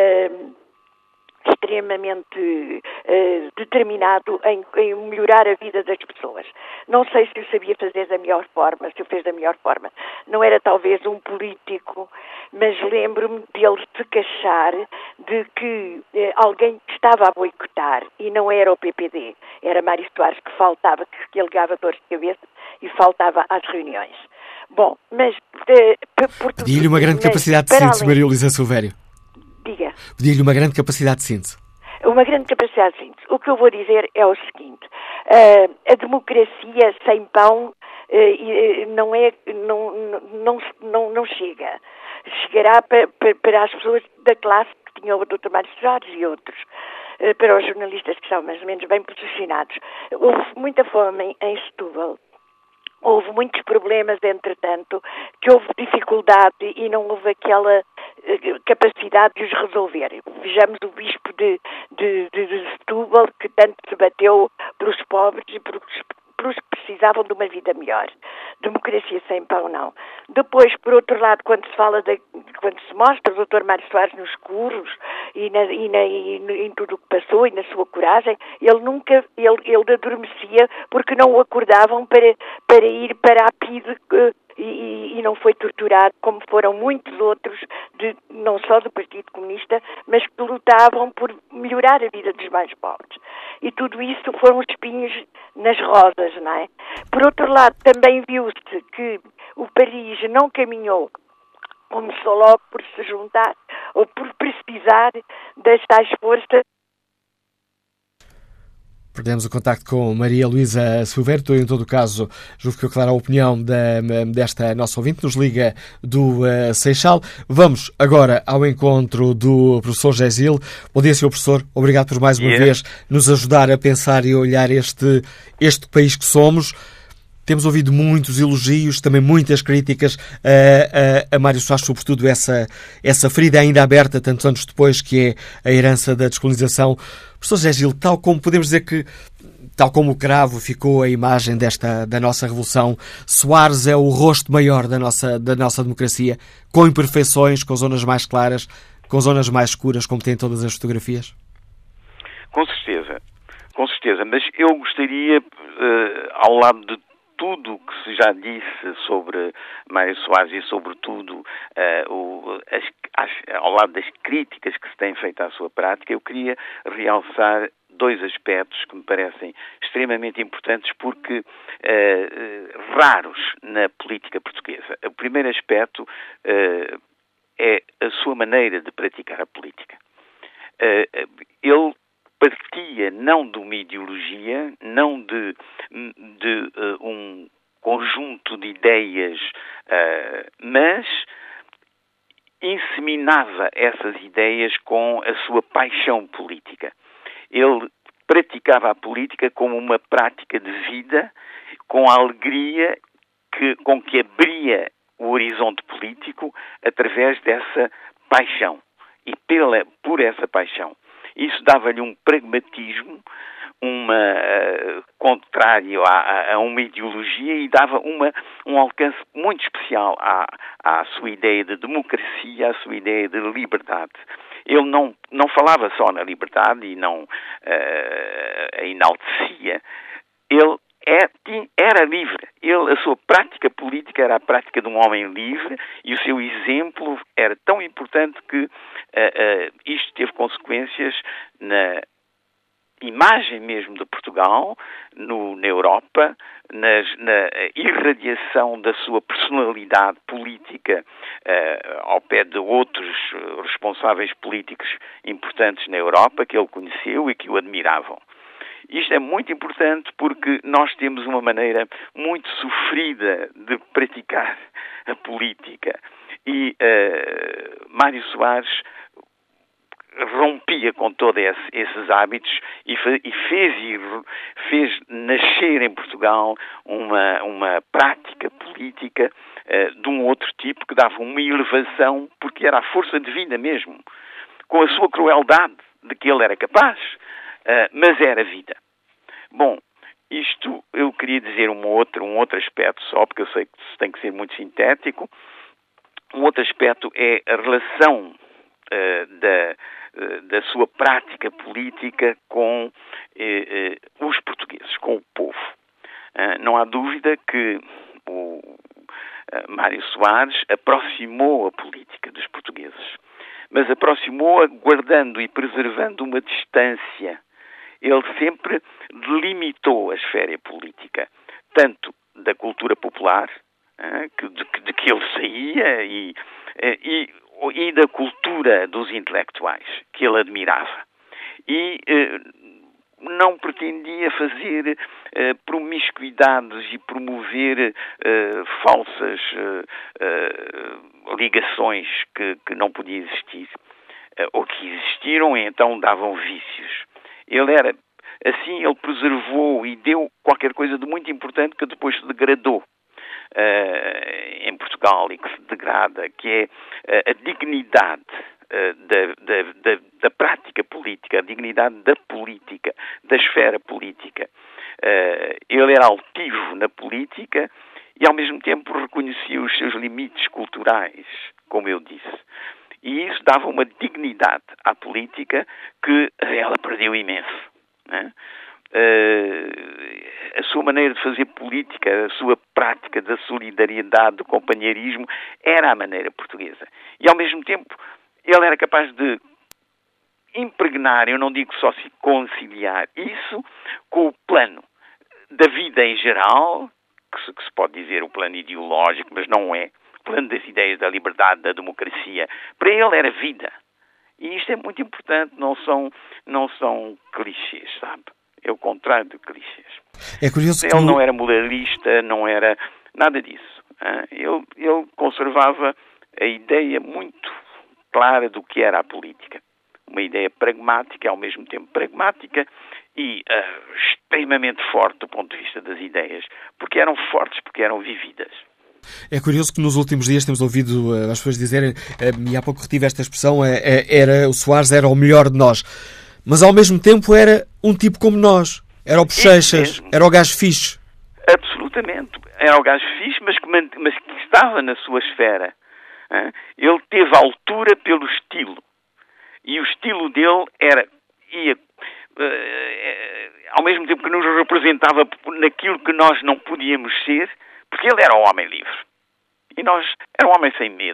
determinado em melhorar a vida das pessoas. Não sei se o sabia fazer da melhor forma, se o fez da melhor forma. Não era talvez um político, mas lembro-me dele se queixar de que alguém estava a boicotar e não era o PPD, era Mário Soares que faltava, que alegava dores de cabeça e faltava às reuniões. Bom, mas... Pedia-lhe uma grande capacidade de síntese, Maria Luísa Silvério. Diga. Pedir-lhe uma grande capacidade de síntese. Uma grande capacidade de síntese. O que eu vou dizer é o seguinte: a democracia sem pão não chega. Chegará para as pessoas da classe que tinham o Dr. Mário Soares e outros, para os jornalistas que são mais ou menos bem posicionados. Houve muita fome em Setúbal. Houve muitos problemas, entretanto, que houve dificuldade e não houve aquela capacidade de os resolver. Vejamos o bispo de Setúbal, que tanto se bateu pelos pobres e pelos que precisavam de uma vida melhor. Democracia sem pão, não. Depois, por outro lado, quando se mostra o Dr. Mário Soares nos curros e em tudo o que passou e na sua coragem, ele adormecia porque não o acordavam para ir para a PIDE e não foi torturado, como foram muitos outros, não só do Partido Comunista, mas que lutavam por melhorar a vida dos mais pobres. E tudo isso foram espinhos nas rosas, não é? Por outro lado, também viu-se que o país não caminhou, começou logo por se juntar ou por precisar das tais forças. Perdemos o contacto com Maria Luísa Silvério. Em todo o caso, julgo que clara a opinião desta nossa ouvinte, nos liga do Seixal. Vamos agora ao encontro do professor José Gil. Bom dia, Sr. Professor. Obrigado por mais uma vez nos ajudar a pensar e a olhar este país que somos. Temos ouvido muitos elogios, também muitas críticas a Mário Soares, sobretudo essa ferida ainda aberta, tantos anos depois, que é a herança da descolonização. Professor José Gil, tal como podemos dizer que, tal como o cravo ficou a imagem da nossa revolução, Soares é o rosto maior da nossa democracia, com imperfeições, com zonas mais claras, com zonas mais escuras, como têm todas as fotografias? Com certeza, mas eu gostaria, ao lado de tudo o que se já disse sobre Mário Soares e, sobretudo, ao lado das críticas que se têm feito à sua prática, eu queria realçar dois aspectos que me parecem extremamente importantes porque raros na política portuguesa. O primeiro aspecto é a sua maneira de praticar a política. Ele partia não de uma ideologia, não de um conjunto de ideias, mas inseminava essas ideias com a sua paixão política. Ele praticava a política como uma prática de vida, com a alegria com que abria o horizonte político através dessa paixão e por essa paixão. Isso dava-lhe um pragmatismo, contrário a uma ideologia, e dava um alcance muito especial à sua ideia de democracia, à sua ideia de liberdade. Ele não falava só na liberdade e não a enaltecia. Ele era livre. A sua prática política era a prática de um homem livre, e o seu exemplo era tão importante que isto teve consequências na imagem mesmo de Portugal, na Europa, na irradiação da sua personalidade política ao pé de outros responsáveis políticos importantes na Europa que ele conheceu e que o admiravam. Isto é muito importante porque nós temos uma maneira muito sofrida de praticar a política. E Mário Soares rompia com todos esses hábitos e fez nascer em Portugal uma prática política de um outro tipo que dava uma elevação, porque era a força de vida mesmo, com a sua crueldade de que ele era capaz, mas era vida. Bom, isto eu queria dizer um outro aspecto só, porque eu sei que isso tem que ser muito sintético. Um outro aspecto é a relação da sua prática política com os portugueses, com o povo. Não há dúvida que o Mário Soares aproximou a política dos portugueses, mas aproximou-a guardando e preservando uma distância. Ele sempre delimitou a esfera política, tanto da cultura popular, de que ele saía, e da cultura dos intelectuais, que ele admirava. E não pretendia fazer promiscuidades e promover falsas ligações que não podiam existir, ou que existiram e então davam vícios. Ele preservou e deu qualquer coisa de muito importante que depois se degradou em Portugal e que se degrada, que é a dignidade da prática política, a dignidade da política, da esfera política. Ele era altivo na política e ao mesmo tempo reconhecia os seus limites culturais, como eu disse. E isso dava uma dignidade à política que ela perdeu imenso, né? A sua maneira de fazer política, a sua prática da solidariedade, do companheirismo, era a maneira portuguesa. E ao mesmo tempo ele era capaz de impregnar, eu não digo só se conciliar, isso com o plano da vida em geral, que se pode dizer o plano ideológico, mas não é. O plano das ideias da liberdade, da democracia. Para ele era vida. E isto é muito importante, não são clichês, sabe? É o contrário de clichês. É curioso que ele não era moralista, não era nada disso. Ele conservava a ideia muito clara do que era a política. Uma ideia pragmática, ao mesmo tempo pragmática e extremamente forte do ponto de vista das ideias, porque eram fortes, porque eram vividas. É curioso que nos últimos dias temos ouvido as pessoas dizerem, e há pouco retive esta expressão, o Soares era o melhor de nós. Mas ao mesmo tempo era um tipo como nós. Era o Bochechas, era o gajo fixe. Absolutamente. Era o gajo fixe, mas que estava na sua esfera. Ele teve altura pelo estilo. E o estilo dele ia ao mesmo tempo que nos representava naquilo que nós não podíamos ser, porque ele era um homem livre. E nós era um homem sem medo.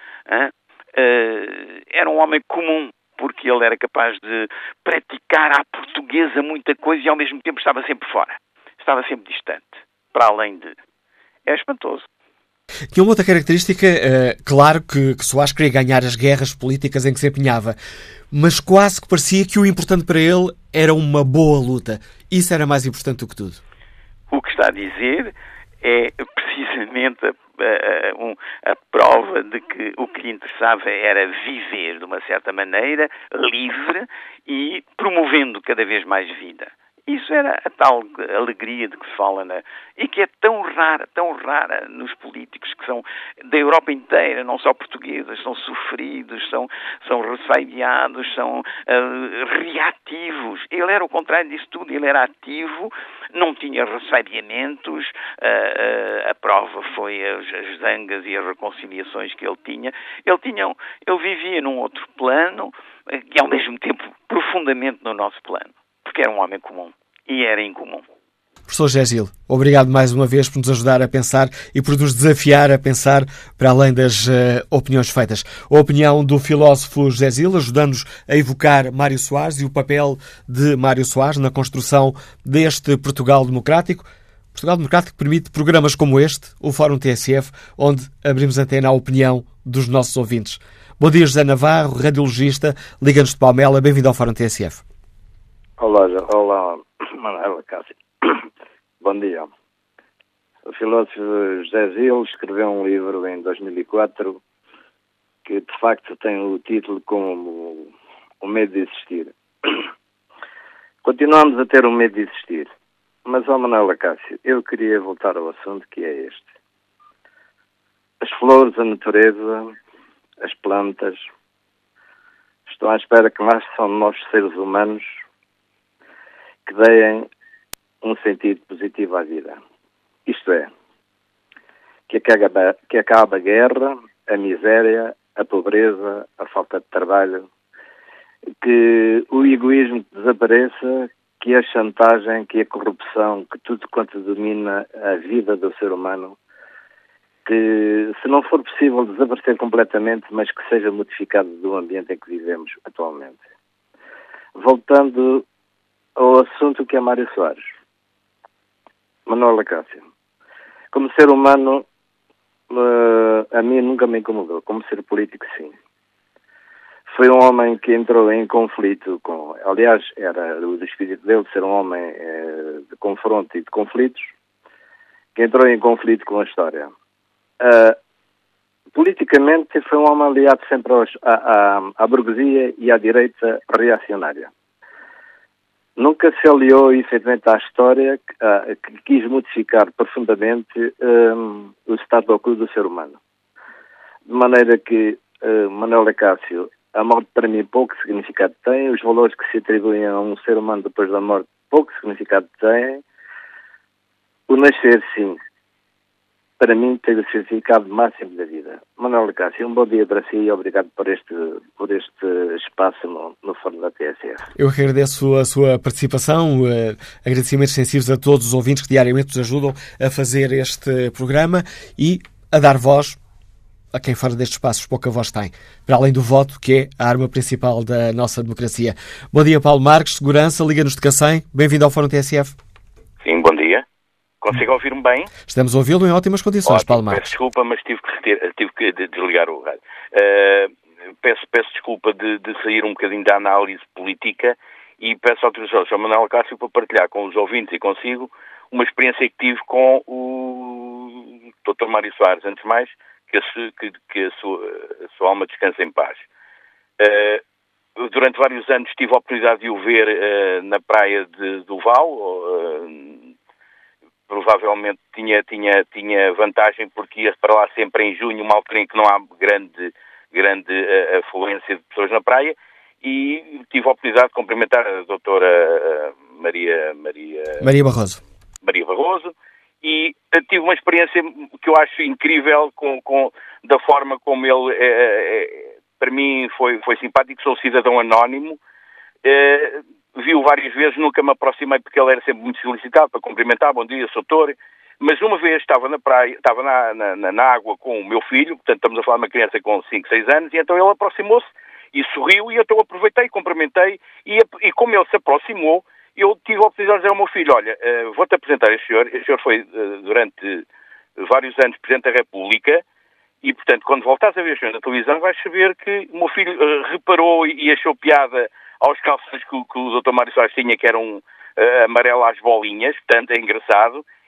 Era um homem comum, porque ele era capaz de praticar à portuguesa muita coisa e ao mesmo tempo estava sempre fora. Estava sempre distante. Para além de... É espantoso. Tinha uma outra característica, claro que Soares queria ganhar as guerras políticas em que se empenhava, mas quase que parecia que o importante para ele era uma boa luta. Isso era mais importante do que tudo. O que está a dizer é precisamente a prova de que o que lhe interessava era viver de uma certa maneira, livre e promovendo cada vez mais vida. Isso era a tal alegria de que se fala, e que é tão rara nos políticos que são da Europa inteira, não só portugueses, são sofridos, são ressaiados, são reativos. Ele era o contrário disso tudo, ele era ativo, não tinha ressaiamentos, a prova foi as zangas e as reconciliações que ele tinha. Ele vivia num outro plano e ao mesmo tempo profundamente no nosso plano. Porque era um homem comum e era incomum. Professor José Gil, obrigado mais uma vez por nos ajudar a pensar e por nos desafiar a pensar para além das opiniões feitas. A opinião do filósofo José Gil, ajudando-nos a evocar Mário Soares e o papel de Mário Soares na construção deste Portugal democrático. Portugal democrático que permite programas como este, o Fórum TSF, onde abrimos antena à opinião dos nossos ouvintes. Bom dia, José Navarro, radiologista, Liga-nos de Palmela. Bem-vindo ao Fórum TSF. Olá, Manuela Cássio. Bom dia. O filósofo José Gil escreveu um livro em 2004 que, de facto, tem o título como O Medo de Existir. Continuamos a ter o medo de existir. Mas, Manuela Cássio, eu queria voltar ao assunto que é este. As flores, a natureza, as plantas, estão à espera que nasçam nós, seres humanos, que deem um sentido positivo à vida. Isto é, que acabe a guerra, a miséria, a pobreza, a falta de trabalho, que o egoísmo desapareça, que a chantagem, que a corrupção, que tudo quanto domina a vida do ser humano, que, se não for possível, desaparecer completamente, mas que seja modificado do ambiente em que vivemos atualmente. Voltando ao assunto que é Mário Soares. Manuela Cássio. Como ser humano, a mim nunca me incomodou. Como ser político, sim. Foi um homem que entrou em conflito com... Aliás, era o espírito dele de ser um homem de confronto e de conflitos, que entrou em conflito com a história. Politicamente, foi um homem aliado sempre à burguesia e à direita reacionária. Nunca se aliou, efetivamente, à história que quis modificar profundamente o status quo do ser humano. De maneira que, Manuela Cássio, a morte para mim pouco significado tem, os valores que se atribuem a um ser humano depois da morte pouco significado têm. O nascer, sim, para mim tem o significado máximo da vida. Manuela Cássio, um bom dia para si e obrigado por este espaço no Fórum da TSF. Eu agradeço a sua participação, agradecimentos sensíveis a todos os ouvintes que diariamente nos ajudam a fazer este programa e a dar voz a quem fora destes espaços pouca voz tem, para além do voto, que é a arma principal da nossa democracia. Bom dia, Paulo Marques, Segurança, Liga-nos de Cacém. Bem-vindo ao Fórum TSF. Sim, bom dia. Consigo ouvir-me bem? Estamos a ouvi-lo em ótimas condições, ótimo, Paulo Marques. Peço desculpa, mas tive que desligar o rádio. Peço desculpa de sair um bocadinho da análise política e peço autorização ao Manuel Cássio para partilhar com os ouvintes e consigo uma experiência que tive com o Dr. Mário Soares. Antes de mais, que a sua alma descanse em paz. Durante vários anos tive a oportunidade de o ver na praia do Val. Provavelmente tinha vantagem porque ia para lá sempre em junho, uma altura em que não há grande afluência de pessoas na praia, e tive a oportunidade de cumprimentar a doutora Maria Barroso, e tive uma experiência que eu acho incrível da forma como ele, para mim, foi simpático. Sou cidadão anónimo, vi-o várias vezes, nunca me aproximei porque ele era sempre muito solicitado para cumprimentar, bom dia, sou doutor. Mas uma vez estava na praia, estava na água com o meu filho, portanto estamos a falar de uma criança com 5, 6 anos, e então ele aproximou-se e sorriu, e eu então aproveitei, cumprimentei, e como ele se aproximou, eu tive a oportunidade de dizer ao meu filho, olha, vou-te apresentar este senhor foi durante vários anos Presidente da República, e portanto quando voltares a ver o senhor na televisão vais saber que o meu filho reparou e achou piada aos calções que o Dr. Mário Soares tinha, que eram amarelo às bolinhas, portanto é engraçado.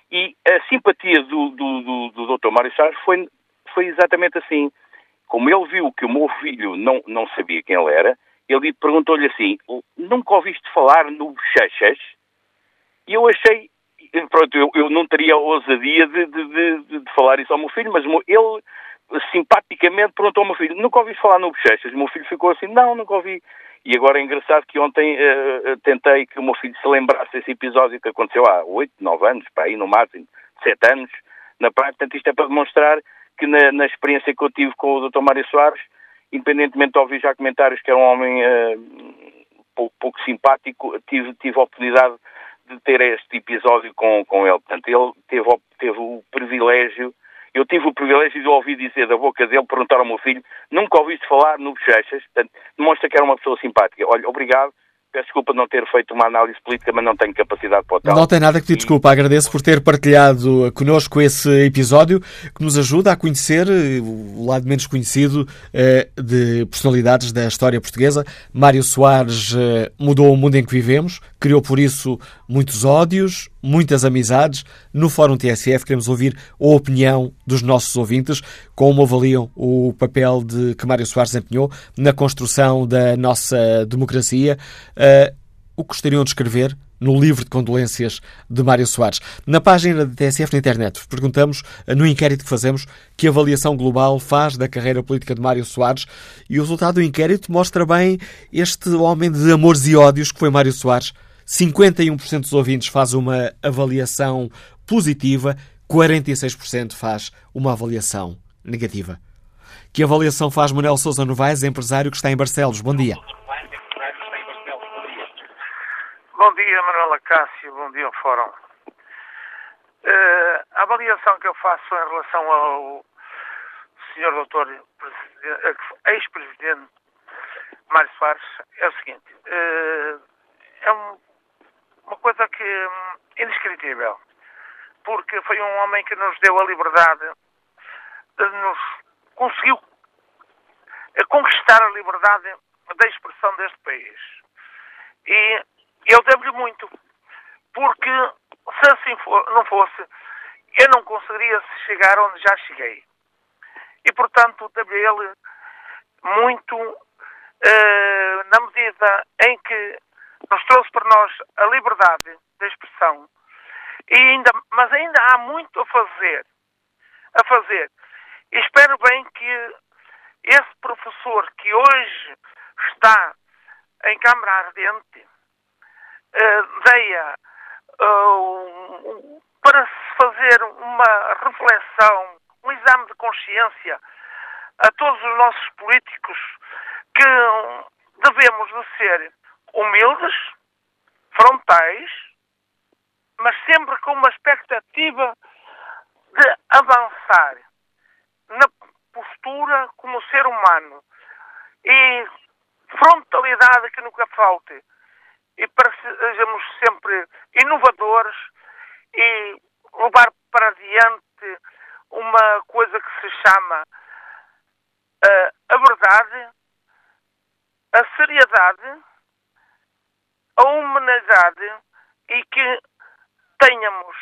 E a simpatia do Dr. Mário Soares foi exatamente assim. Como ele viu que o meu filho não sabia quem ele era, ele perguntou-lhe assim, nunca ouviste falar no Bochechas? E eu achei, pronto, eu não teria a ousadia de falar isso ao meu filho, mas ele simpaticamente perguntou ao meu filho, nunca ouviste falar no Bochechas? O meu filho ficou assim, não, nunca ouvi. E agora é engraçado que ontem tentei que o meu filho se lembrasse desse episódio que aconteceu há 8, 9 anos, para aí no máximo, 7 anos, na praia. Portanto, isto é para demonstrar que na experiência que eu tive com o Dr. Mário Soares, independentemente de ouvir já comentários que era um homem pouco simpático, tive a oportunidade de ter este episódio com ele. Portanto, ele teve o privilégio, eu tive o privilégio de ouvir dizer da boca dele, perguntar ao meu filho, nunca ouviste falar no Bochechas? Portanto, demonstra que era uma pessoa simpática. Olha, obrigado. Peço desculpa de não ter feito uma análise política, mas não tenho capacidade para o tal. Não tem nada que pedir desculpa. Agradeço por ter partilhado connosco esse episódio que nos ajuda a conhecer o lado menos conhecido de personalidades da história portuguesa. Mário Soares mudou o mundo em que vivemos, criou por isso muitos ódios, muitas amizades. No Fórum TSF queremos ouvir a opinião dos nossos ouvintes, como avaliam o papel que Mário Soares desempenhou na construção da nossa democracia. O que gostariam de escrever no livro de condolências de Mário Soares. Na página da TSF na internet, perguntamos, no inquérito que fazemos, que avaliação global faz da carreira política de Mário Soares, e o resultado do inquérito mostra bem este homem de amores e ódios que foi Mário Soares. 51% dos ouvintes faz uma avaliação positiva, 46% faz uma avaliação negativa. Que avaliação faz Manuel Sousa Novaes, empresário que está em Barcelos? Bom dia. Bom dia, Manuela Cássio. Bom dia ao Fórum. A avaliação que eu faço em relação ao Sr. Doutor ex-presidente Mário Soares é o seguinte. É uma coisa que indescritível. Porque foi um homem que nos deu a liberdade, conseguiu conquistar a liberdade da expressão deste país. E eu devo-lhe muito, porque se assim não fosse, eu não conseguiria chegar onde já cheguei. E, portanto, devo-lhe ele muito na medida em que nos trouxe para nós a liberdade de expressão, mas ainda há muito a fazer. E espero bem que esse professor que hoje está em Câmara Ardente deia para se fazer uma reflexão, um exame de consciência a todos os nossos políticos, que devemos de ser humildes, frontais, mas sempre com uma expectativa de avançar na postura como ser humano e frontalidade que nunca falte, e para que sejamos sempre inovadores e levar para adiante uma coisa que se chama a verdade, a seriedade, a humanidade, e que tenhamos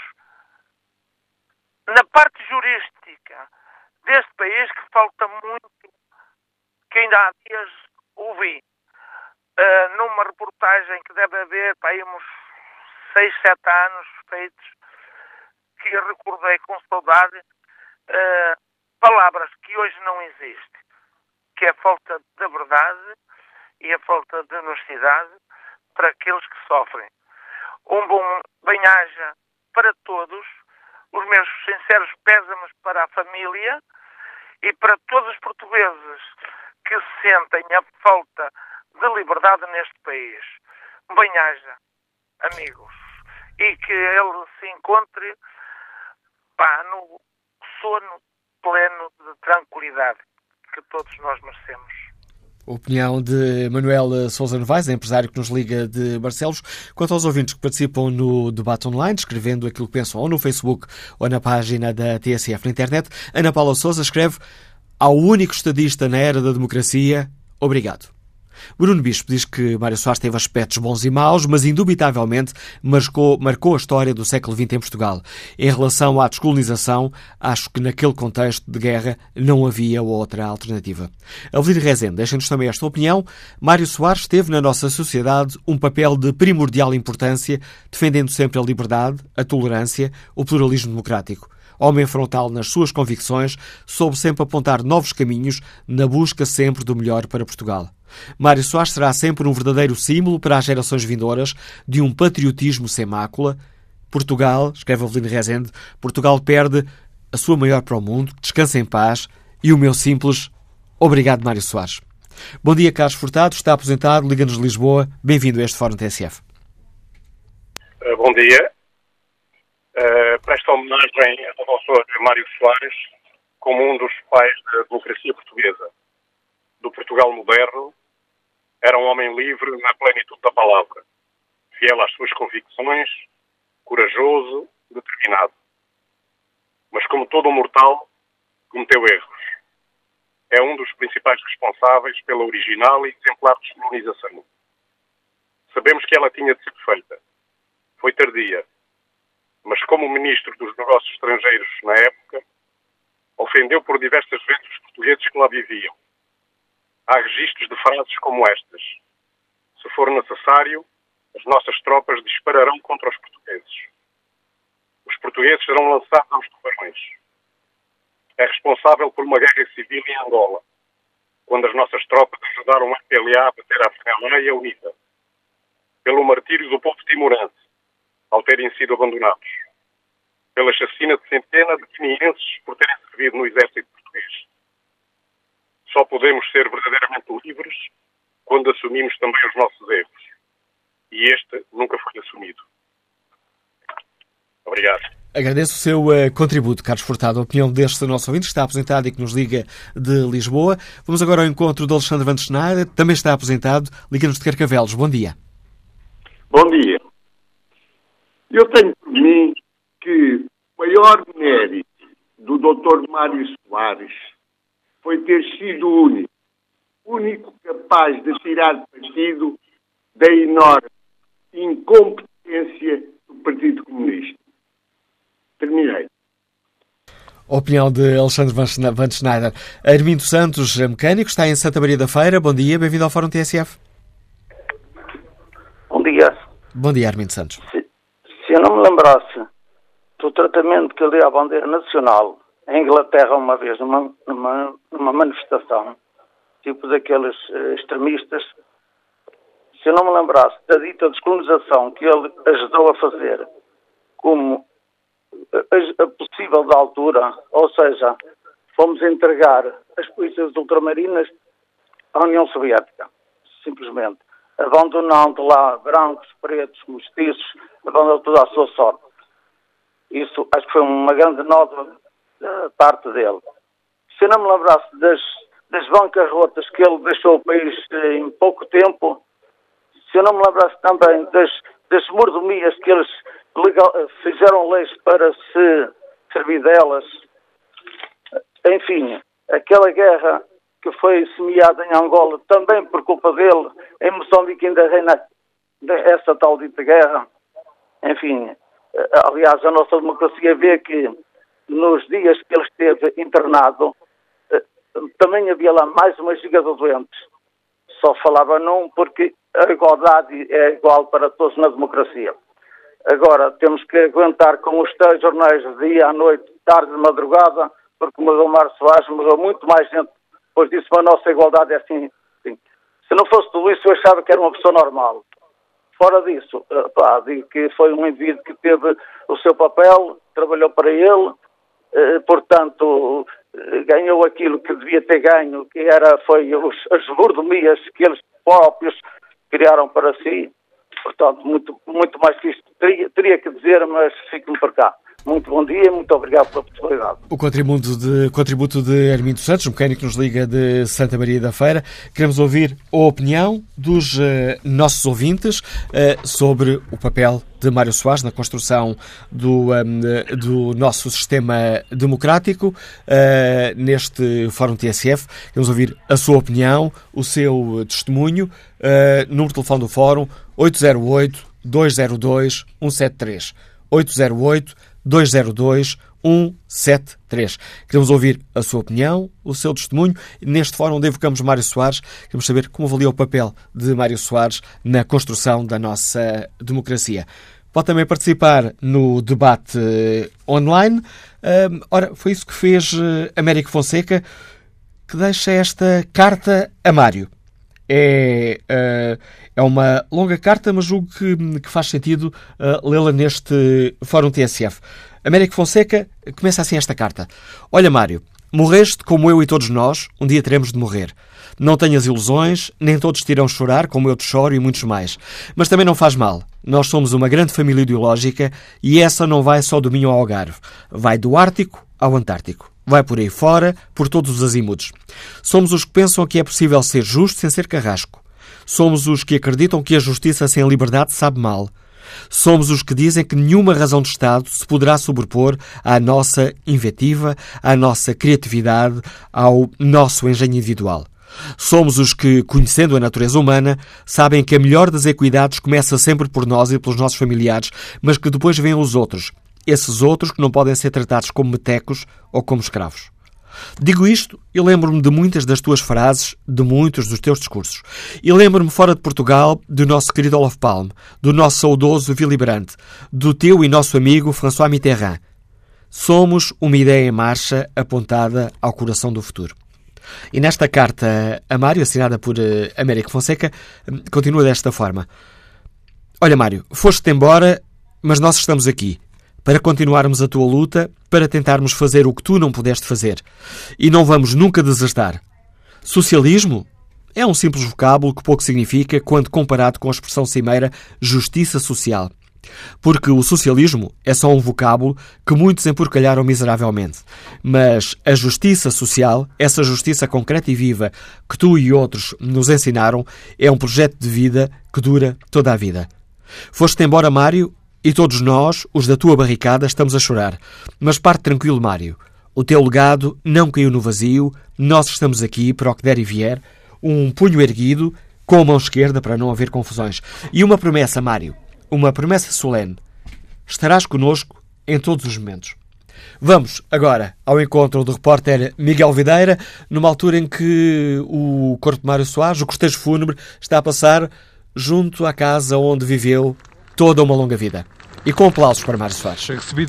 na parte jurídica deste país, que falta muito, que ainda há dias ouvi numa reportagem que deve haver para aí uns 6, 7 anos feitos, que recordei com saudade palavras que hoje não existem, que é a falta de verdade e a falta de honestidade para aqueles que sofrem. Um bom bem-aja para todos, os meus sinceros pésames para a família e para todos os portugueses que sentem a falta de liberdade neste país. Bem-aja, amigos, e que ele se encontre no sono pleno de tranquilidade que todos nós merecemos. Opinião de Manuel Sousa Novaes, empresário que nos liga de Barcelos. Quanto aos ouvintes que participam no debate online, escrevendo aquilo que pensam ou no Facebook ou na página da TSF na internet, Ana Paula Sousa escreve: ao único estadista na era da democracia, obrigado. Bruno Bispo diz que Mário Soares teve aspectos bons e maus, mas indubitavelmente marcou a história do século XX em Portugal. Em relação à descolonização, acho que naquele contexto de guerra não havia outra alternativa. Avelino Rezende deixa-nos também esta opinião. Mário Soares teve na nossa sociedade um papel de primordial importância, defendendo sempre a liberdade, a tolerância, o pluralismo democrático. Homem frontal nas suas convicções, soube sempre apontar novos caminhos na busca sempre do melhor para Portugal. Mário Soares será sempre um verdadeiro símbolo para as gerações vindouras de um patriotismo sem mácula. Portugal, escreve Avelino Rezende, Portugal perde a sua maior para o mundo, descansa em paz, e o meu simples obrigado, Mário Soares. Bom dia, Carlos Furtado, está aposentado, Liga-nos de Lisboa, bem-vindo a este Fórum TSF. Bom dia. Presto homenagem ao Dr. Mário Soares como um dos pais da democracia portuguesa, do Portugal moderno. Era um homem livre na plenitude da palavra, fiel às suas convicções, corajoso, determinado. Mas como todo mortal, cometeu erros. É um dos principais responsáveis pela original e exemplar descolonização. Sabemos que ela tinha de ser feita. Foi tardia. Mas como Ministro dos Negócios Estrangeiros na época, ofendeu por diversas vezes os portugueses que lá viviam. Há registros de frases como estas: se for necessário, as nossas tropas dispararão contra os portugueses. Os portugueses serão lançados aos tubarões. É responsável por uma guerra civil em Angola, quando as nossas tropas ajudaram a FLA a bater a FNLA e a UNITA. Pelo martírio do povo timorense, ao terem sido abandonados. Pela chacina de centenas de guineenses por terem servido no exército português. Só podemos ser verdadeiramente livres quando assumimos também os nossos erros. E este nunca foi assumido. Obrigado. Agradeço o seu contributo, Carlos Furtado, a opinião deste nosso ouvinte que está aposentado e que nos liga de Lisboa. Vamos agora ao encontro de Alexandre Van Schneider, também está aposentado, liga-nos de Carcavelos. Bom dia. Bom dia. Eu tenho por mim que o maior mérito do Dr. Mário Soares foi ter sido o único capaz de tirar partido da enorme incompetência do Partido Comunista. Terminei. Opinião de Alexandre Van Schneider. Armindo Santos, mecânico, está em Santa Maria da Feira. Bom dia, bem-vindo ao Fórum TSF. Bom dia. Bom dia, Armindo Santos. Se eu não me lembrasse do tratamento que eu dei à bandeira nacional em Inglaterra uma vez, numa manifestação, tipo daqueles extremistas, se eu não me lembrasse da dita descolonização que ele ajudou a fazer como a possível da altura, ou seja, fomos entregar as polícias ultramarinas à União Soviética, simplesmente, abandonando lá brancos, pretos, mestiços, abandonando tudo à sua sorte. Isso acho que foi uma grande nota da parte dele. Se eu não me lembrasse das bancarrotas que ele deixou o país em pouco tempo, se eu não me lembrasse também das mordomias que eles fizeram leis para se servir delas, enfim, aquela guerra que foi semeada em Angola também por culpa dele, em Moçambique ainda reina essa tal dita guerra. Enfim, aliás, a nossa democracia vê que nos dias que ele esteve internado, também havia lá mais uma giga de doentes. Só falava num porque a igualdade é igual para todos na democracia. Agora, temos que aguentar com os telejornais de dia à noite, tarde de madrugada, porque morreu Mário Soares, morreu muito mais gente. Depois disso, a nossa igualdade é assim. Se não fosse tudo isso, eu achava que era uma pessoa normal. Fora disso, digo que foi um indivíduo que teve o seu papel, trabalhou para ele, portanto, ganhou aquilo que devia ter ganho, que foi as mordomias que eles próprios criaram para si. Portanto, muito mais que isto teria que dizer, mas fico-me por cá. Muito bom dia e muito obrigado pela possibilidade. O contributo de Hermínio Santos, mecânico que nos liga de Santa Maria da Feira. Queremos ouvir a opinião dos nossos ouvintes sobre o papel de Mário Soares na construção do nosso sistema democrático neste Fórum TSF. Queremos ouvir a sua opinião, o seu testemunho. Número de telefone do Fórum 808-202-173. 808-202-173. Queremos ouvir a sua opinião, o seu testemunho. Neste fórum onde evocamos Mário Soares, queremos saber como avalia o papel de Mário Soares na construção da nossa democracia. Pode também participar no debate online. Ora, foi isso que fez Américo Fonseca, que deixa esta carta a Mário. É uma longa carta, mas julgo que faz sentido lê-la neste Fórum TSF. Américo Fonseca começa assim esta carta. Olha, Mário, morreste como eu e todos nós, um dia teremos de morrer. Não tenhas ilusões, nem todos te irão chorar como eu te choro e muitos mais. Mas também não faz mal. Nós somos uma grande família ideológica e essa não vai só do Minho ao Algarve. Vai do Ártico ao Antártico. Vai por aí fora, por todos os azimudes. Somos os que pensam que é possível ser justo sem ser carrasco. Somos os que acreditam que a justiça sem a liberdade sabe mal. Somos os que dizem que nenhuma razão de Estado se poderá sobrepor à nossa inventiva, à nossa criatividade, ao nosso engenho individual. Somos os que, conhecendo a natureza humana, sabem que a melhor das equidades começa sempre por nós e pelos nossos familiares, mas que depois vêm os outros. Esses outros que não podem ser tratados como metecos ou como escravos. Digo isto e lembro-me de muitas das tuas frases, de muitos dos teus discursos. E lembro-me fora de Portugal do nosso querido Olof Palme, do nosso saudoso Willy Brandt, do teu e nosso amigo François Mitterrand. Somos uma ideia em marcha apontada ao coração do futuro. E nesta carta a Mário, assinada por Américo Fonseca, continua desta forma. Olha, Mário, foste-te embora, mas nós estamos aqui para continuarmos a tua luta, para tentarmos fazer o que tu não pudeste fazer. E não vamos nunca desertar. Socialismo é um simples vocábulo que pouco significa quando comparado com a expressão cimeira justiça social. Porque o socialismo é só um vocábulo que muitos emporcalharam miseravelmente. Mas a justiça social, essa justiça concreta e viva que tu e outros nos ensinaram, é um projeto de vida que dura toda a vida. Foste embora, Mário, e todos nós, os da tua barricada, estamos a chorar. Mas parte tranquilo, Mário. O teu legado não caiu no vazio. Nós estamos aqui para o que der e vier. Um punho erguido, com a mão esquerda, para não haver confusões. E uma promessa, Mário. Uma promessa solene. Estarás connosco em todos os momentos. Vamos agora ao encontro do repórter Miguel Videira, numa altura em que o corpo de Mário Soares, o cortejo fúnebre, está a passar junto à casa onde viveu toda uma longa vida. E com aplausos para Mário Soares.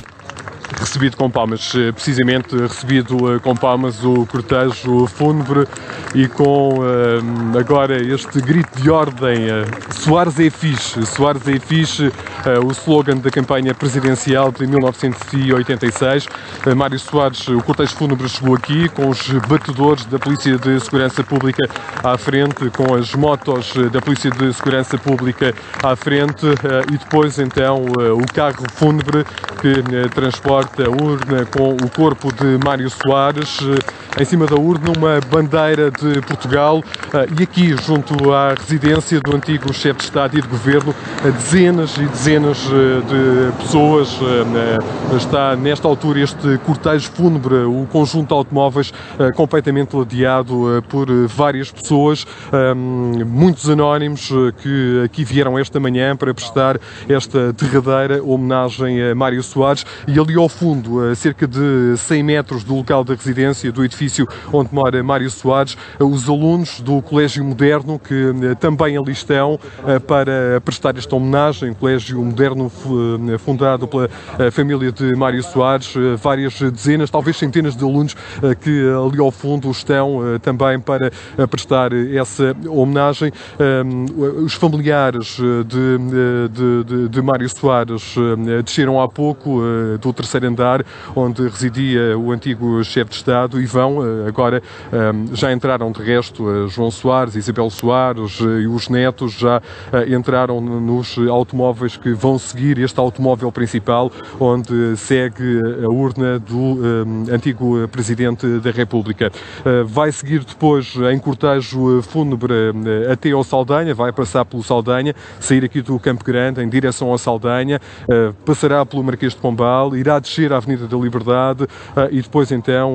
Recebido com palmas, precisamente recebido com palmas o cortejo fúnebre e com agora este grito de ordem, Soares é fixe, Soares é fixe, o slogan da campanha presidencial de 1986. Mário Soares, o cortejo fúnebre chegou aqui com os batedores da Polícia de Segurança Pública à frente, com as motos da Polícia de Segurança Pública à frente e depois então o carro fúnebre que transporta a urna com o corpo de Mário Soares, em cima da urna uma bandeira de Portugal e aqui junto à residência do antigo chefe de Estado e de Governo, dezenas e dezenas de pessoas. Está nesta altura este cortejo fúnebre, o conjunto de automóveis completamente ladeado por várias pessoas, muitos anónimos que aqui vieram esta manhã para prestar esta derradeira homenagem a Mário Soares. E ali ao fundo, a cerca de 100 metros do local da residência, do edifício onde mora Mário Soares, os alunos do Colégio Moderno que também ali estão para prestar esta homenagem. Colégio Moderno fundado pela família de Mário Soares, várias dezenas, talvez centenas de alunos que ali ao fundo estão também para prestar essa homenagem. Os familiares de Mário Soares desceram há pouco do terceiro andar onde residia o antigo chefe de Estado, e vão agora, já entraram de resto João Soares, Isabel Soares e os netos já entraram nos automóveis que vão seguir este automóvel principal, onde segue a urna do antigo Presidente da República. Vai seguir depois em cortejo fúnebre até ao Saldanha, vai passar pelo Saldanha, sair aqui do Campo Grande em direção ao Saldanha, passará pelo Marquês de Pombal, irá descer a Avenida da Liberdade e depois então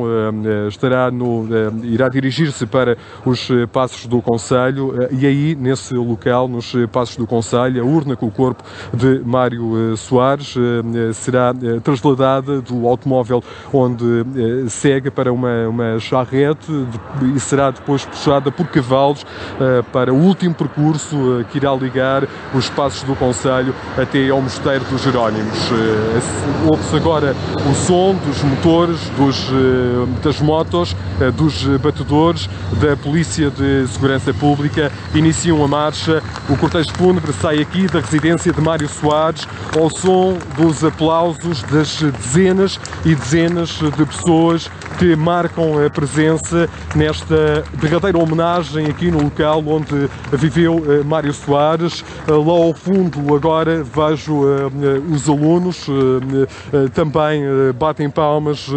irá dirigir-se para os Passos do Concelho, e aí, nesse local, nos Passos do Concelho, a urna com o corpo de Mário Soares será trasladada do automóvel onde segue para uma charrete e será depois puxada por cavalos para o último percurso que irá ligar os Passos do Concelho até ao Mosteiro dos Jerónimos. Ouve-se agora o som dos motores, das motos, dos batedores, da Polícia de Segurança Pública. Iniciam a marcha. O cortejo fúnebre sai aqui da residência de Mário Soares ao som dos aplausos das dezenas e dezenas de pessoas que marcam a presença nesta derradeira homenagem aqui no local onde viveu Mário Soares. Lá ao fundo agora vejo os alunos também batem palmas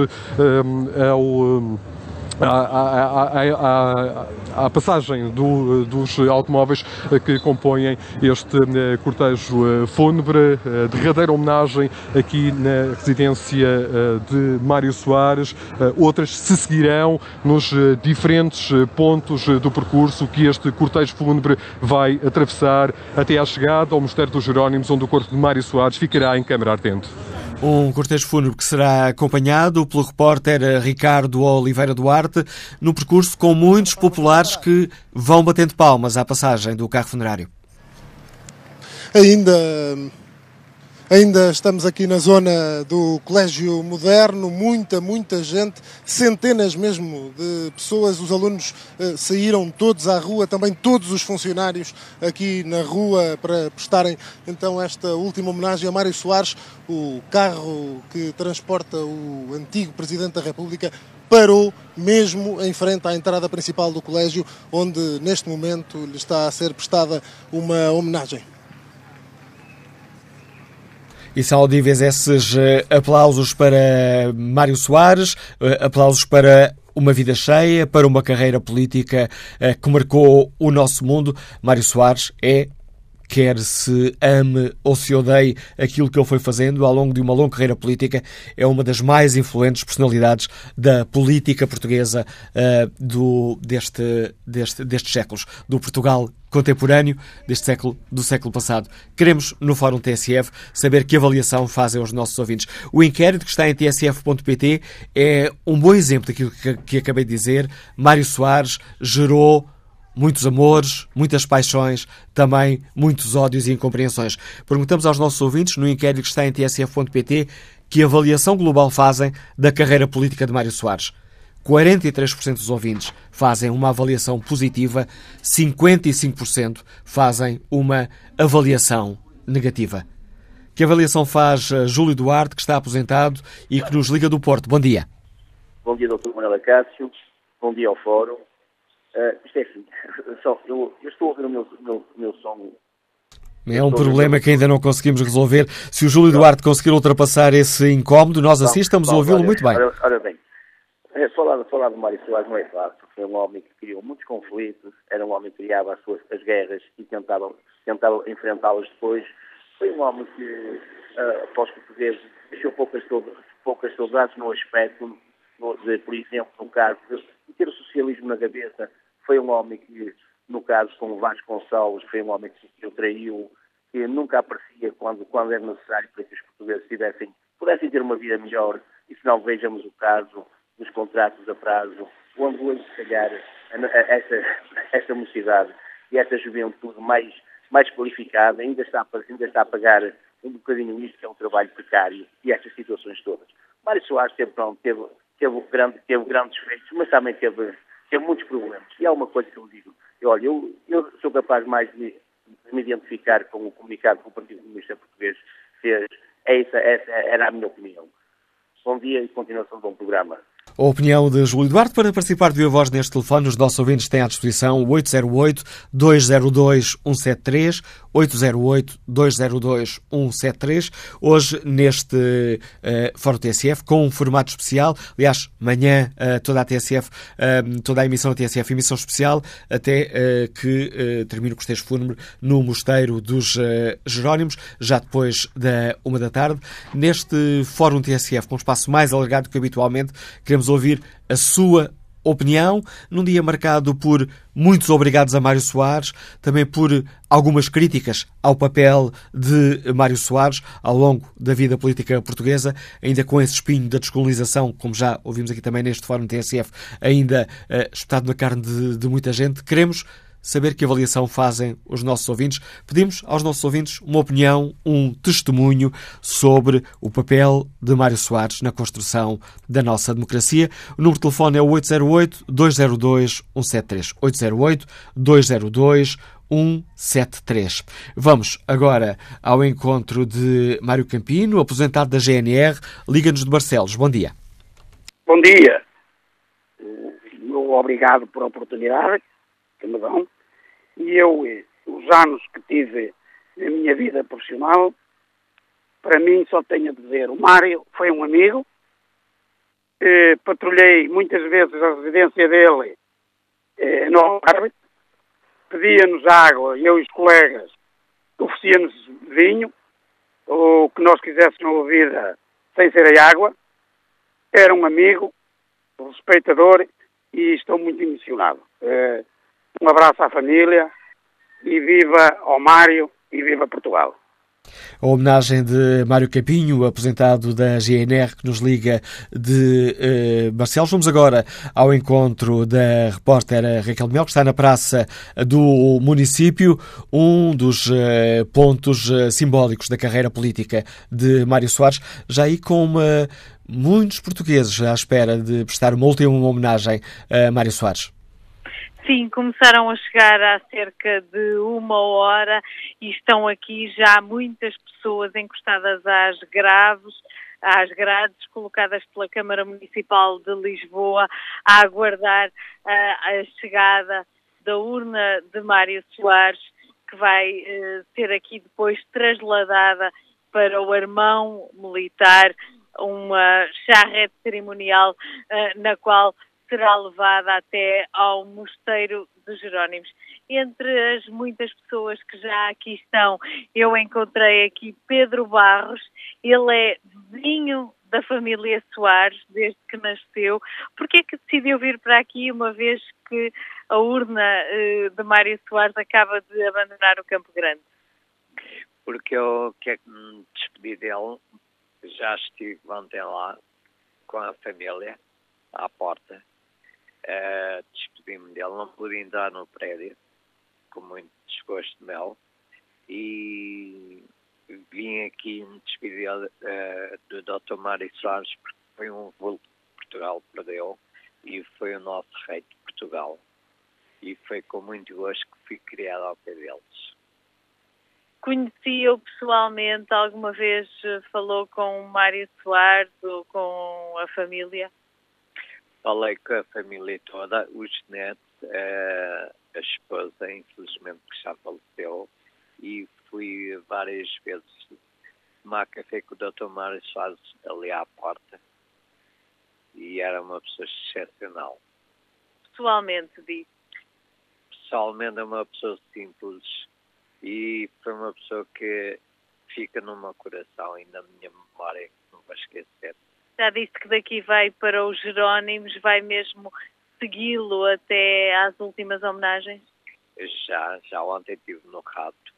à passagem dos automóveis que compõem este cortejo fúnebre. Derradeira homenagem aqui na residência de Mário Soares. Outras se seguirão nos diferentes pontos do percurso que este cortejo fúnebre vai atravessar até à chegada ao Mosteiro dos Jerónimos, onde o corpo de Mário Soares ficará em câmara ardente. Um cortejo fúnebre que será acompanhado pelo repórter Ricardo Oliveira Duarte, no percurso com muitos populares que vão batendo palmas à passagem do carro funerário. Ainda estamos aqui na zona do Colégio Moderno, muita gente, centenas mesmo de pessoas. Os alunos saíram todos à rua, também todos os funcionários aqui na rua para prestarem então esta última homenagem a Mário Soares. O carro que transporta o antigo Presidente da República parou mesmo em frente à entrada principal do colégio, onde neste momento lhe está a ser prestada uma homenagem. E são audíveis esses aplausos para Mário Soares, aplausos para uma vida cheia, para uma carreira política que marcou o nosso mundo. Mário Soares quer se ame ou se odeie aquilo que ele foi fazendo ao longo de uma longa carreira política, é uma das mais influentes personalidades da política portuguesa destes séculos, do Portugal contemporâneo, do século passado. Queremos, no Fórum TSF, saber que avaliação fazem os nossos ouvintes. O inquérito que está em tsf.pt é um bom exemplo daquilo que acabei de dizer. Mário Soares gerou muitos amores, muitas paixões, também muitos ódios e incompreensões. Perguntamos aos nossos ouvintes, no inquérito que está em tsf.pt, que avaliação global fazem da carreira política de Mário Soares. 43% dos ouvintes fazem uma avaliação positiva, 55% fazem uma avaliação negativa. Que avaliação faz Júlio Duarte, que está aposentado e que nos liga do Porto? Bom dia. Bom dia, Dr. Manuel Acácio. Bom dia ao Fórum. Isto é assim, eu estou a ouvir o meu som. É um problema que ainda não conseguimos resolver. Se o Júlio Duarte conseguir ultrapassar esse incómodo, nós assim estamos a ouvi-lo muito bem. Ora bem, falar de Mário Soares não é fácil. Foi um homem que criou muitos conflitos, era um homem que criava as guerras e tentava enfrentá-las depois. Foi um homem que, para os portugueses, deixou poucas saudades no aspecto, por exemplo, no caso de ter o socialismo na cabeça. Foi um homem que, no caso com Vasconcelos, foi um homem que o traiu, que nunca aparecia quando era necessário para que os portugueses pudessem ter uma vida melhor. E se não, vejamos o caso dos contratos a prazo, onde hoje, se calhar, esta mocidade e esta juventude mais qualificada ainda está a pagar um bocadinho isto, que é um trabalho precário, e estas situações todas. Mário Soares teve grandes feitos, mas também teve muitos problemas. E há uma coisa que eu digo, eu sou capaz mais de me identificar com o comunicado que o Partido Comunista Português fez. Essa era a minha opinião. Bom dia e continuação de bom programa. A opinião de Júlio Duarte. Para participar de viva voz neste telefone, os nossos ouvintes têm à disposição o 808-202-173, 808-202-173. Hoje, neste Fórum TSF, com um formato especial. Aliás, amanhã toda a TSF, toda a emissão da TSF, emissão especial, até que termine o cortejo fúnebre no Mosteiro dos Jerónimos, já depois da 13h. Neste Fórum TSF, com um espaço mais alargado que habitualmente, queremos ouvir a sua opinião, num dia marcado por muitos obrigados a Mário Soares, também por algumas críticas ao papel de Mário Soares ao longo da vida política portuguesa, ainda com esse espinho da descolonização, como já ouvimos aqui também neste Fórum TSF, ainda espetado na carne de muita gente. Queremos saber que avaliação fazem os nossos ouvintes. Pedimos aos nossos ouvintes uma opinião, um testemunho sobre o papel de Mário Soares na construção da nossa democracia. O número de telefone é o 808-202-173. 808-202-173. Vamos agora ao encontro de Mário Campino, aposentado da GNR. Liga-nos de Barcelos. Bom dia. Bom dia. Obrigado por a oportunidade que me dão. E eu, os anos que tive na minha vida profissional, para mim só tenho a dizer, o Mário foi um amigo, patrulhei muitas vezes a residência dele no Algarve, pedia-nos água, eu e os colegas, oferecia-nos vinho, ou que nós quiséssemos bebida sem ser a água. Era um amigo, respeitador, e estou muito emocionado. Um abraço à família e viva ao Mário e viva Portugal. A homenagem de Mário Campinho, aposentado da GNR, que nos liga de Barcelos. Vamos agora ao encontro da repórter Raquel Mel, que está na praça do município, um dos pontos simbólicos da carreira política de Mário Soares, já aí com muitos portugueses à espera de prestar uma última homenagem a Mário Soares. Sim, começaram a chegar há cerca de 1 hora e estão aqui já muitas pessoas encostadas às grades colocadas pela Câmara Municipal de Lisboa a aguardar a chegada da urna de Mário Soares, que vai ser aqui depois trasladada para o Armão Militar, uma charrete cerimonial na qual será levada até ao Mosteiro dos Jerónimos. Entre as muitas pessoas que já aqui estão, eu encontrei aqui Pedro Barros. Ele é vizinho da família Soares desde que nasceu. Porquê é que decidiu vir para aqui, uma vez que a urna de Mário Soares acaba de abandonar o Campo Grande? Porque eu quero me despedir dele. Já estive ontem lá com a família à porta. Despedi-me dele, não pude entrar no prédio com muito desgosto dele e vim aqui me despedir do Dr. Mário Soares, porque foi um vulto que Portugal perdeu e foi o nosso rei de Portugal, e foi com muito gosto que fui criado ao pé deles. Conhecia-o pessoalmente? Alguma vez falou com o Mário Soares ou com a família? Falei com a família toda, os netos, a esposa, infelizmente, que já faleceu, e fui várias vezes tomar café com o Dr. Mário Soares ali à porta, e era uma pessoa excepcional. Pessoalmente, disse? Pessoalmente é uma pessoa simples, e foi uma pessoa que fica no meu coração e na minha memória, que não vou esquecer. Já disse que daqui vai para os Jerónimos, vai mesmo segui-lo até às últimas homenagens? Já ontem estive no Rato,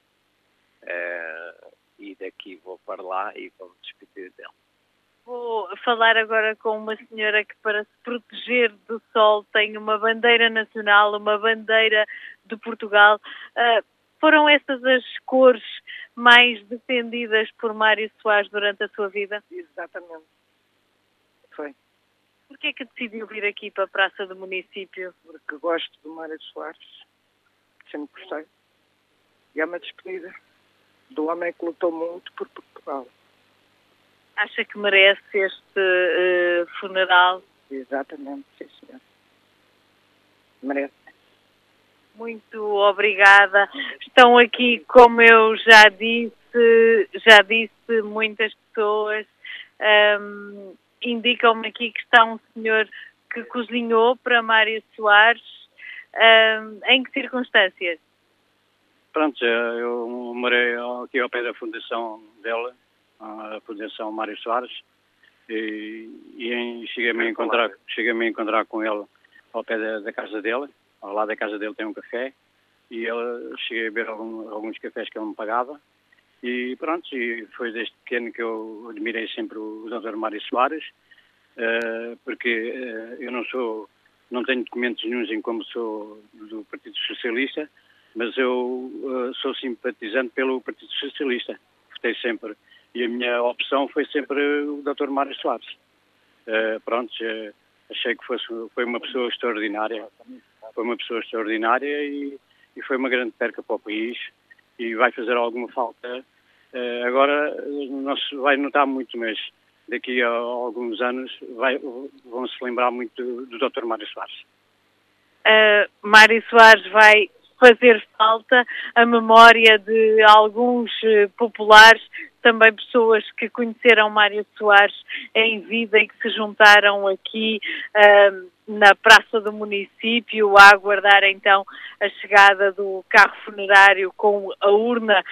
e daqui vou para lá e vou me despedir dele. Vou falar agora com uma senhora que, para se proteger do sol, tem uma bandeira nacional, uma bandeira de Portugal. Foram essas as cores mais defendidas por Mário Soares durante a sua vida? Exatamente. Foi. Porquê é que decidiu vir aqui para a Praça do Município? Porque gosto do Mário Soares, sempre gostei. E é uma despedida do homem que lutou muito por Portugal. Acha que merece este funeral? Exatamente, sim, senhor. Merece. Muito obrigada. Estão aqui, como eu já disse muitas pessoas. Indicam-me aqui que está um senhor que cozinhou para Mário Soares. Em que circunstâncias? Pronto, eu morei aqui ao pé da fundação dela, a Fundação Mário Soares, e cheguei-me a encontrar com ele ao pé da casa dele. Ao lado da casa dele tem um café, e cheguei a ver alguns cafés que ele me pagava, e pronto, e foi desde pequeno que eu admirei sempre o Dr. Mário Soares, porque eu não tenho documentos nenhuns em como sou do Partido Socialista, mas eu sou simpatizante pelo Partido Socialista. Votei sempre. E a minha opção foi sempre o Dr. Mário Soares. Achei que foi uma pessoa extraordinária. Foi uma pessoa extraordinária e foi uma grande perca para o país e vai fazer alguma falta. Agora não se vai notar muito, mas daqui a alguns anos vão-se lembrar muito do Dr. Mário Soares. Mário Soares vai fazer falta, a memória de alguns populares, também pessoas que conheceram Mário Soares em vida e que se juntaram aqui na Praça do Município a aguardar então a chegada do carro funerário com a urna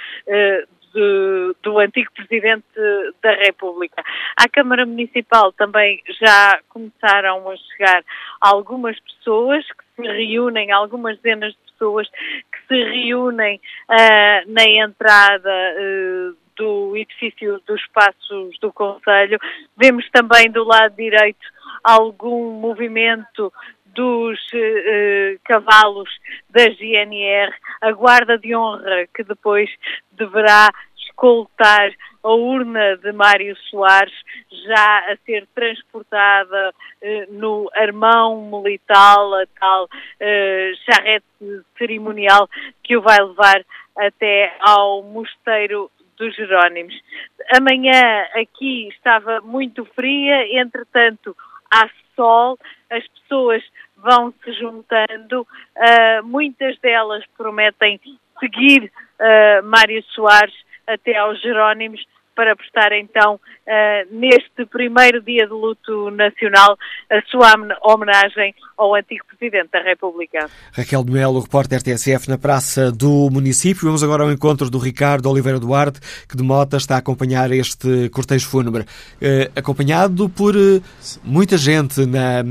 do antigo Presidente da República. À Câmara Municipal também já começaram a chegar algumas pessoas que se reúnem, algumas dezenas de pessoas que se reúnem na entrada do edifício dos Passos do Concelho. Vemos também do lado direito algum movimento dos cavalos da GNR, a Guarda de Honra, que depois deverá escoltar a urna de Mário Soares, já a ser transportada no armão militar, a tal charrete cerimonial que o vai levar até ao Mosteiro dos Jerónimos. Amanhã aqui estava muito fria, entretanto há sol, as pessoas vão se juntando, muitas delas prometem seguir Mário Soares até aos Jerónimos para prestar então, neste primeiro dia de luto nacional, a sua homenagem ao antigo Presidente da República. Raquel de Melo, repórter TSF na Praça do Município. Vamos agora ao encontro do Ricardo Oliveira Duarte, que de moto está a acompanhar este cortejo fúnebre, acompanhado por muita gente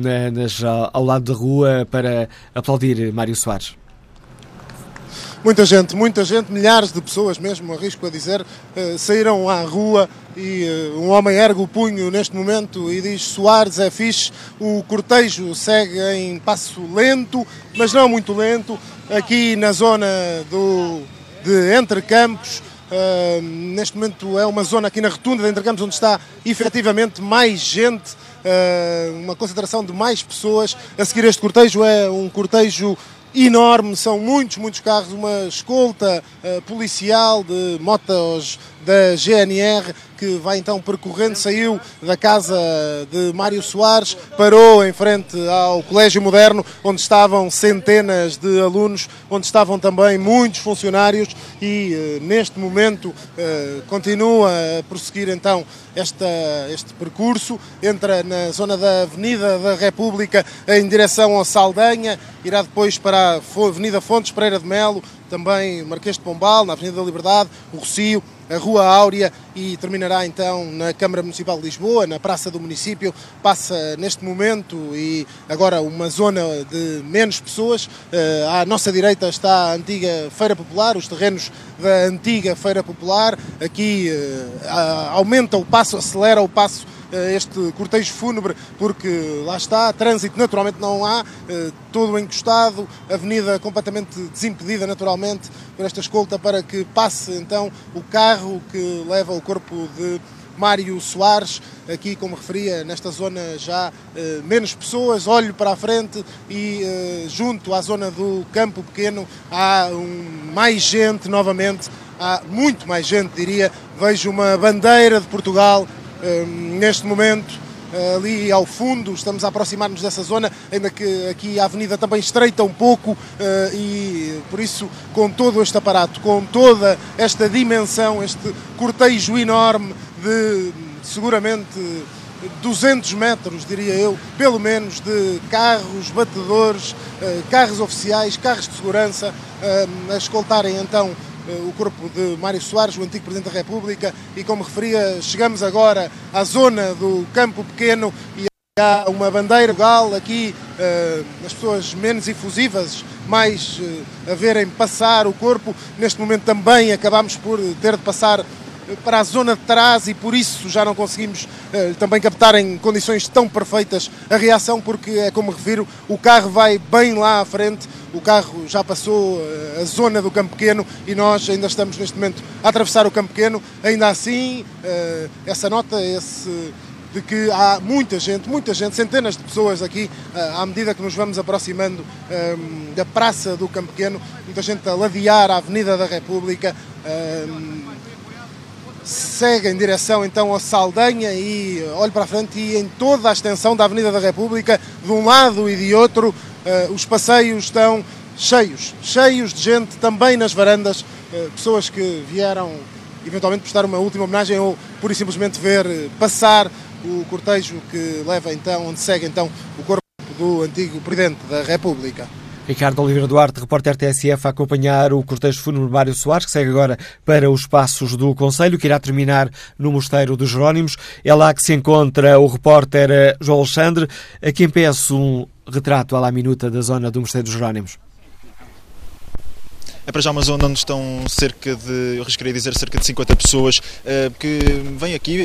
ao lado da rua para aplaudir Mário Soares. Muita gente, milhares de pessoas mesmo, arrisco a dizer, saíram à rua e um homem ergue o punho neste momento e diz: Soares é fixe. O cortejo segue em passo lento, mas não muito lento, aqui na zona de Entre Campos. Neste momento é uma zona aqui na rotunda de Entre Campos onde está efetivamente mais gente, uma concentração de mais pessoas. A seguir este cortejo é um cortejo enorme, são muitos carros, uma escolta policial de motos da GNR que vai então percorrendo, saiu da casa de Mário Soares, parou em frente ao Colégio Moderno, onde estavam centenas de alunos, onde estavam também muitos funcionários e neste momento continua a prosseguir então este percurso, entra na zona da Avenida da República em direção ao Saldanha, irá depois para a Avenida Fontes Pereira de Melo, também Marquês de Pombal, na Avenida da Liberdade, o Rocio, a Rua Áurea e terminará então na Câmara Municipal de Lisboa, na Praça do Município. Passa neste momento e agora uma zona de menos pessoas. À nossa direita está a antiga Feira Popular, os terrenos da antiga Feira Popular. Aqui aumenta o passo, acelera o passo este cortejo fúnebre, porque lá está, trânsito naturalmente não há, todo encostado, avenida completamente desimpedida naturalmente por esta escolta para que passe então o carro que leva o corpo de Mário Soares. Aqui, como referia, nesta zona já menos pessoas, olho para a frente e junto à zona do Campo Pequeno há mais gente novamente, há muito mais gente diria, vejo uma bandeira de Portugal neste momento. Ali ao fundo, estamos a aproximar-nos dessa zona, ainda que aqui a avenida também estreita um pouco, e por isso, com todo este aparato, com toda esta dimensão, este cortejo enorme de seguramente 200 metros, diria eu, pelo menos, de carros, batedores, carros oficiais, carros de segurança, a escoltarem então o corpo de Mário Soares, o antigo Presidente da República, e como referia, chegamos agora à zona do Campo Pequeno e há uma bandeira legal aqui, as pessoas menos efusivas, mais a verem passar o corpo. Neste momento também acabámos por ter de passar para a zona de trás e por isso já não conseguimos também captar em condições tão perfeitas a reação, porque é como refiro, o carro vai bem lá à frente, o carro já passou a zona do Campo Pequeno e nós ainda estamos neste momento a atravessar o Campo Pequeno. Ainda assim, essa nota, de que há muita gente, centenas de pessoas aqui, à medida que nos vamos aproximando da Praça do Campo Pequeno, muita gente a ladear a Avenida da República, segue em direção então ao Saldanha e olho para a frente e em toda a extensão da Avenida da República, de um lado e de outro, os passeios estão cheios de gente, também nas varandas, pessoas que vieram eventualmente prestar uma última homenagem ou pura e simplesmente ver passar o cortejo que leva então, onde segue então o corpo do antigo Presidente da República. Ricardo Oliveira Duarte, repórter TSF, a acompanhar o cortejo fúnebre de Mário Soares, que segue agora para os passos do Conselho, que irá terminar no Mosteiro dos Jerónimos. É lá que se encontra o repórter João Alexandre, a quem peço um retrato à la minuta da zona do Mosteiro dos Jerónimos. É para já uma zona onde estão eu arriscaria dizer, cerca de 50 pessoas que vêm aqui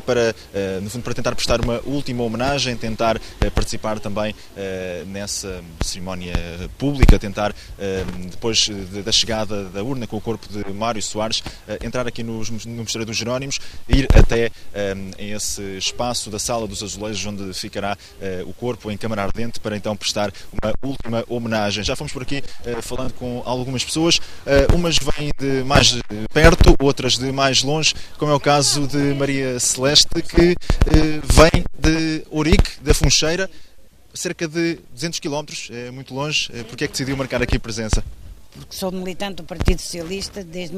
no fundo, para tentar prestar uma última homenagem, tentar participar também nessa cerimónia pública, tentar, depois da chegada da urna com o corpo de Mário Soares, entrar aqui no Mosteiro dos Jerónimos, ir até esse espaço da Sala dos Azulejos, onde ficará o corpo em câmara ardente, para então prestar uma última homenagem. Já fomos por aqui falando com algumas pessoas. Umas vêm de mais perto, outras de mais longe, como é o caso de Maria Celeste, que vem de Ourique, da Funcheira, cerca de 200 km, é muito longe. Porque é que decidiu marcar aqui presença? Porque sou militante do Partido Socialista desde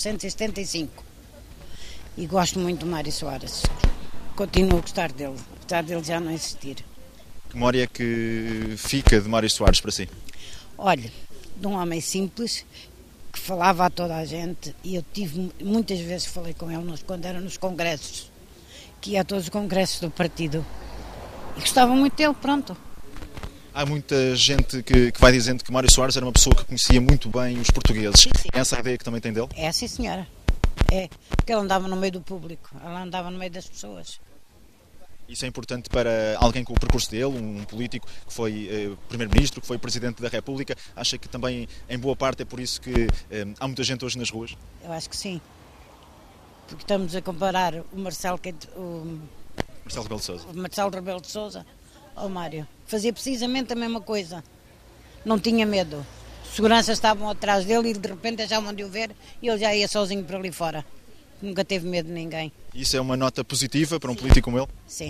1975 e gosto muito do Mário Soares. Continuo a gostar dele, apesar dele já não existir. Que memória é que fica de Mário Soares para si? Olha, de um homem simples, que falava a toda a gente, e eu muitas vezes falei com ele quando era nos congressos, que ia a todos os congressos do partido, e gostava muito dele, pronto. Há muita gente que vai dizendo que Mário Soares era uma pessoa que conhecia muito bem os portugueses. Sim. É essa a ideia que também tem dele? É, sim senhora. É, porque ele andava no meio do público, ele andava no meio das pessoas. Isso é importante para alguém com o percurso dele, um político que foi Primeiro-Ministro, que foi Presidente da República. Acha que também, em boa parte, é por isso que há muita gente hoje nas ruas? Eu acho que sim. Porque estamos a comparar o Marcelo Rebelo de Sousa. O Marcelo Rebelo de Sousa ao Mário. Fazia precisamente a mesma coisa. Não tinha medo. Os seguranças estavam atrás dele e de repente achavam de o ver e ele já ia sozinho para ali fora. Nunca teve medo de ninguém. Isso é uma nota positiva para um político como ele? Sim.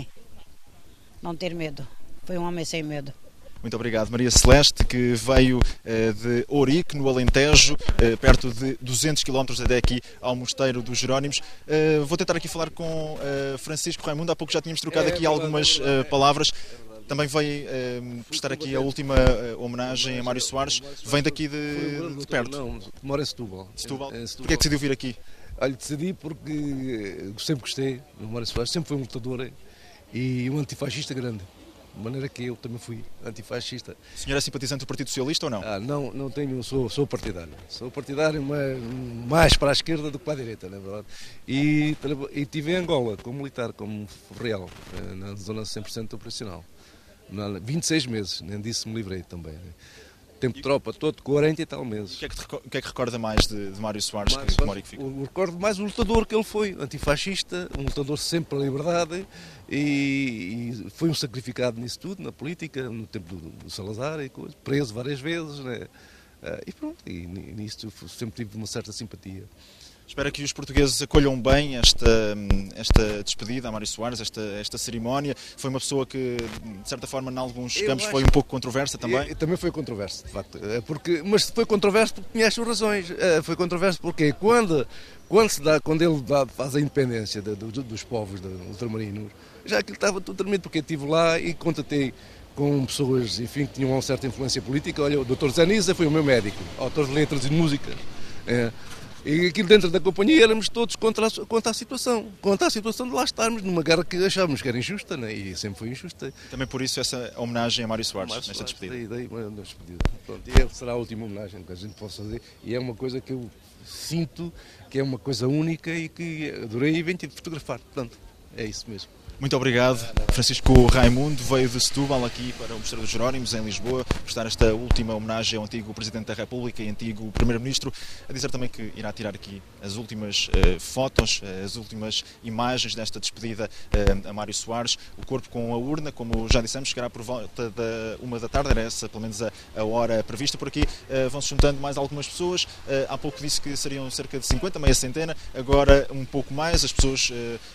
Não ter medo. Foi um homem sem medo. Muito obrigado. Maria Celeste, que veio de Ourique, no Alentejo, perto de 200 km até aqui ao Mosteiro dos Jerónimos. Vou tentar aqui falar com Francisco Raimundo. Há pouco já tínhamos trocado aqui algumas palavras. Também veio prestar aqui a última homenagem a Mário Soares. Vem daqui de perto? Não, moro em Setúbal. Setúbal? Porquê é que decidiu vir aqui? Olha, decidi porque sempre gostei do Mário Soares, sempre foi um lutador e um antifascista grande. De maneira que eu também fui antifascista. O senhor é simpatizante do Partido Socialista ou não? Não tenho, sou partidário. Sou partidário, mas mais para a esquerda do que para a direita, na verdade. E estive em Angola como militar, como real, na zona 100% operacional. 26 meses, nem disso me livrei também. Tempo de tropa todo, 40 e tal meses. O que é que recorda mais de Mário Soares, que memória que fica? Recordo mais o lutador que ele foi, antifascista, um lutador sempre pela liberdade e foi um sacrificado nisso tudo, na política, no tempo do Salazar e coisa, preso várias vezes, né? E pronto, e nisso sempre tive uma certa simpatia Espero que os portugueses acolham bem esta despedida a Mário Soares, esta cerimónia. Foi uma pessoa que, de certa forma, em alguns campos foi um pouco controversa também. Também foi controverso, de facto. Mas foi controverso porque tinha as suas razões. Foi controverso porque quando ele faz a independência dos povos ultramarinos, já aquilo estava tudo tremido, porque eu estive lá e contatei com pessoas, enfim, que tinham uma certa influência política. Olha, o Dr. Zé Nisa foi o meu médico, autor de letras e de músicas. E aquilo dentro da companhia éramos todos contra a situação de lá estarmos numa guerra que achávamos que era injusta, né? E sempre foi injusta. Também por isso essa homenagem a Mário Soares nesta despedida. Pronto, e será a última homenagem que a gente possa fazer, e é uma coisa que eu sinto que é uma coisa única e que adorei e venho fotografar. Portanto, é isso mesmo. Muito obrigado. Francisco Raimundo veio de Setúbal aqui para o Mosteiro dos Jerónimos, em Lisboa, prestar esta última homenagem ao antigo Presidente da República e antigo Primeiro-Ministro, a dizer também que irá tirar aqui as últimas fotos, as últimas imagens desta despedida a Mário Soares. O corpo com a urna, como já dissemos, chegará por volta da 1 da tarde, era essa pelo menos a hora prevista. Por aqui vão-se juntando mais algumas pessoas. Há pouco disse que seriam cerca de 50, meia centena, agora um pouco mais. As pessoas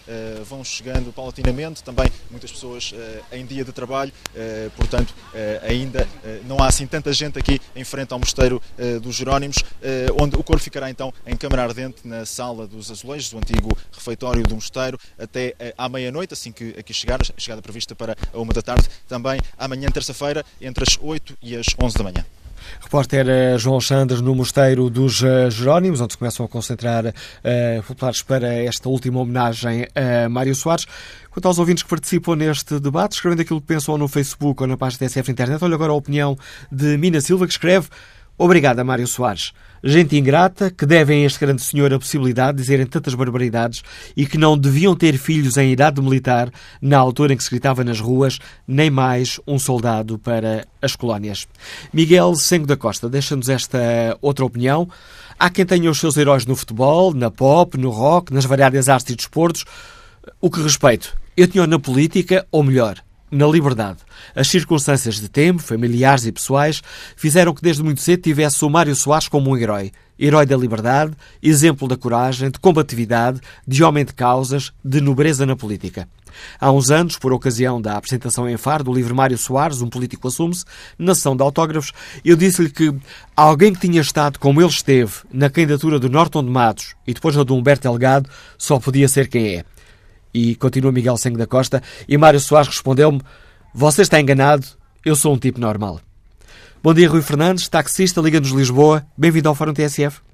vão chegando paulatinamente. Também muitas pessoas em dia de trabalho, portanto ainda não há assim tanta gente aqui em frente ao Mosteiro dos Jerónimos, onde o corpo ficará então em câmara ardente na Sala dos Azulejos, do antigo refeitório do Mosteiro, até à meia-noite, assim que aqui chegar, a chegada prevista para a 1 da tarde, também amanhã, terça-feira, entre as 8 e as 11 da manhã. Repórter João Sanders no Mosteiro dos Jerónimos, onde se começam a concentrar populares para esta última homenagem a Mário Soares. Quanto aos ouvintes que participam neste debate, escrevendo aquilo que pensam ou no Facebook ou na página da TSF Internet, olha agora a opinião de Mina Silva, que escreve: obrigada, Mário Soares. Gente ingrata, que devem a este grande senhor a possibilidade de dizerem tantas barbaridades e que não deviam ter filhos em idade militar na altura em que se gritava nas ruas, nem mais um soldado para as colónias. Miguel Sengo da Costa deixa-nos esta outra opinião. Há quem tenha os seus heróis no futebol, na pop, no rock, nas variadas artes e desportos. O que respeito, eu tinha na política, ou melhor, na liberdade. As circunstâncias de tempo, familiares e pessoais, fizeram que desde muito cedo tivesse o Mário Soares como um herói. Herói da liberdade, exemplo da coragem, de combatividade, de homem de causas, de nobreza na política. Há uns anos, por ocasião da apresentação em Faro do livro Mário Soares, um político assume-se, na sessão de autógrafos, eu disse-lhe que alguém que tinha estado como ele esteve na candidatura do Norton de Matos e depois na do Humberto Delgado só podia ser quem é. E continua Miguel Sengo da Costa, e Mário Soares respondeu-me: você está enganado, eu sou um tipo normal. Bom dia, Rui Fernandes, taxista, Liga-nos Lisboa, bem-vindo ao Fórum TSF.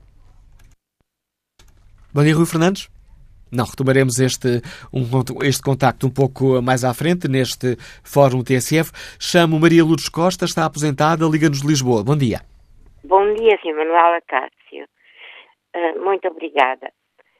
Bom dia, Rui Fernandes. Não, retomaremos este contacto um pouco mais à frente, neste Fórum TSF. Chamo Maria Lourdes Costa, está aposentada, Liga-nos Lisboa. Bom dia. Bom dia, Sr. Manuel Acácio. Muito obrigada.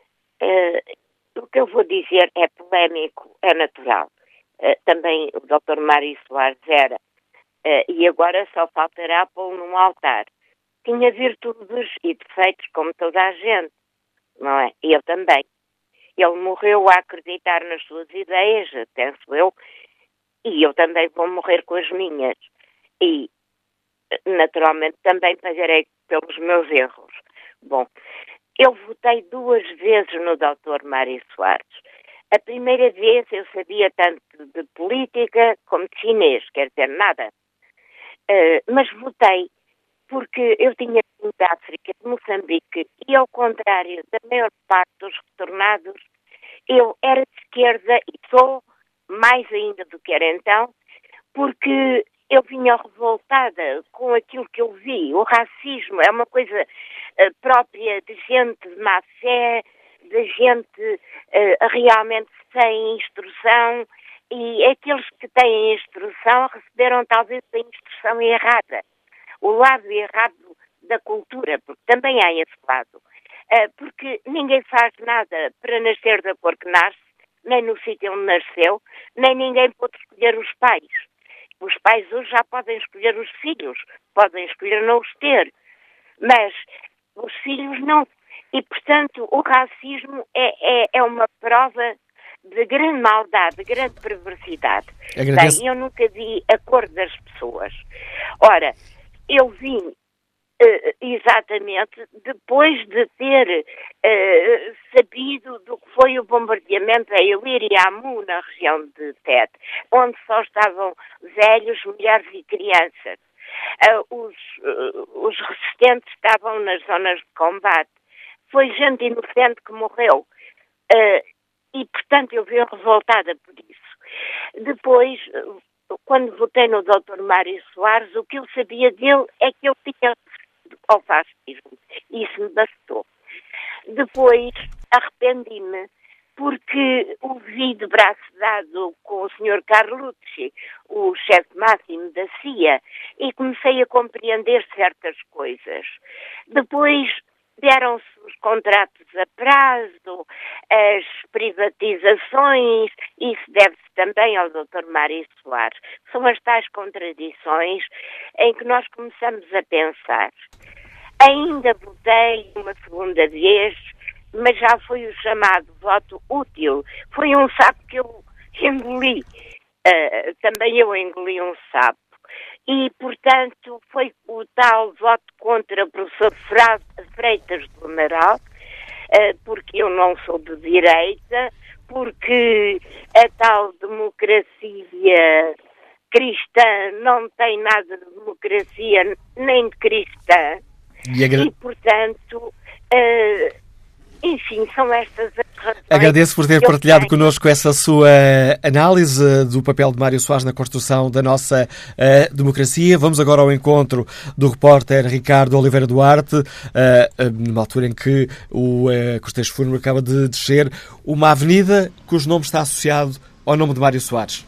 O que eu vou dizer é polémico, é natural. Também o Dr. Mário Soares era, e agora só faltará pô-lo num altar. Tinha virtudes e defeitos como toda a gente, não é? Eu também. Ele morreu a acreditar nas suas ideias, penso eu, e eu também vou morrer com as minhas. E, naturalmente, também pagarei pelos meus erros. Bom, eu votei 2 vezes no Dr. Mário Soares. A primeira vez eu sabia tanto de política como de chinês, quer dizer, nada. Mas votei porque eu tinha vindo da África, de Moçambique, e ao contrário da maior parte dos retornados, eu era de esquerda e sou, mais ainda do que era então, porque eu vinha revoltada com aquilo que eu vi. O racismo é uma coisa própria de gente de má fé, de gente realmente sem instrução, e aqueles que têm instrução receberam talvez a instrução errada, o lado errado da cultura, porque também há esse lado. Porque ninguém faz nada para nascer da cor que nasce, nem no sítio onde nasceu, nem ninguém pode escolher os pais. Os pais hoje já podem escolher os filhos, podem escolher não os ter, mas os filhos não. E, portanto, o racismo é uma prova de grande maldade, de grande perversidade. Bem, eu nunca vi a cor das pessoas. Ora, eu vim exatamente depois de ter sabido do que foi o bombardeamento a Ilir e Amu, na região de Tete, onde só estavam velhos, mulheres e crianças. Os resistentes estavam nas zonas de combate. Foi gente inocente que morreu. E, portanto, eu vi revoltada por isso. Depois, quando votei no Dr. Mário Soares, o que eu sabia dele é que eu tinha ao fascismo. Isso me bastou. Depois, arrependi-me, porque o vi de braço dado com o Sr. Carlucci, o chefe máximo da CIA, e comecei a compreender certas coisas. Depois deram-se os contratos a prazo, as privatizações, isso deve-se também ao Dr. Mário Soares. São as tais contradições em que nós começamos a pensar. Ainda votei uma segunda vez, mas já foi o chamado voto útil. Foi um sapo que eu engoli. Também eu engoli um sapo. E, portanto, foi o tal voto contra o professor Freitas do Amaral, porque eu não sou de direita, porque a tal democracia cristã não tem nada de democracia nem de cristã. E portanto, enfim, são estas as razões. Agradeço por ter partilhado connosco essa sua análise do papel de Mário Soares na construção da nossa democracia. Vamos agora ao encontro do repórter Ricardo Oliveira Duarte, numa altura em que o cortejo fúnebre acaba de descer uma avenida cujo nome está associado ao nome de Mário Soares.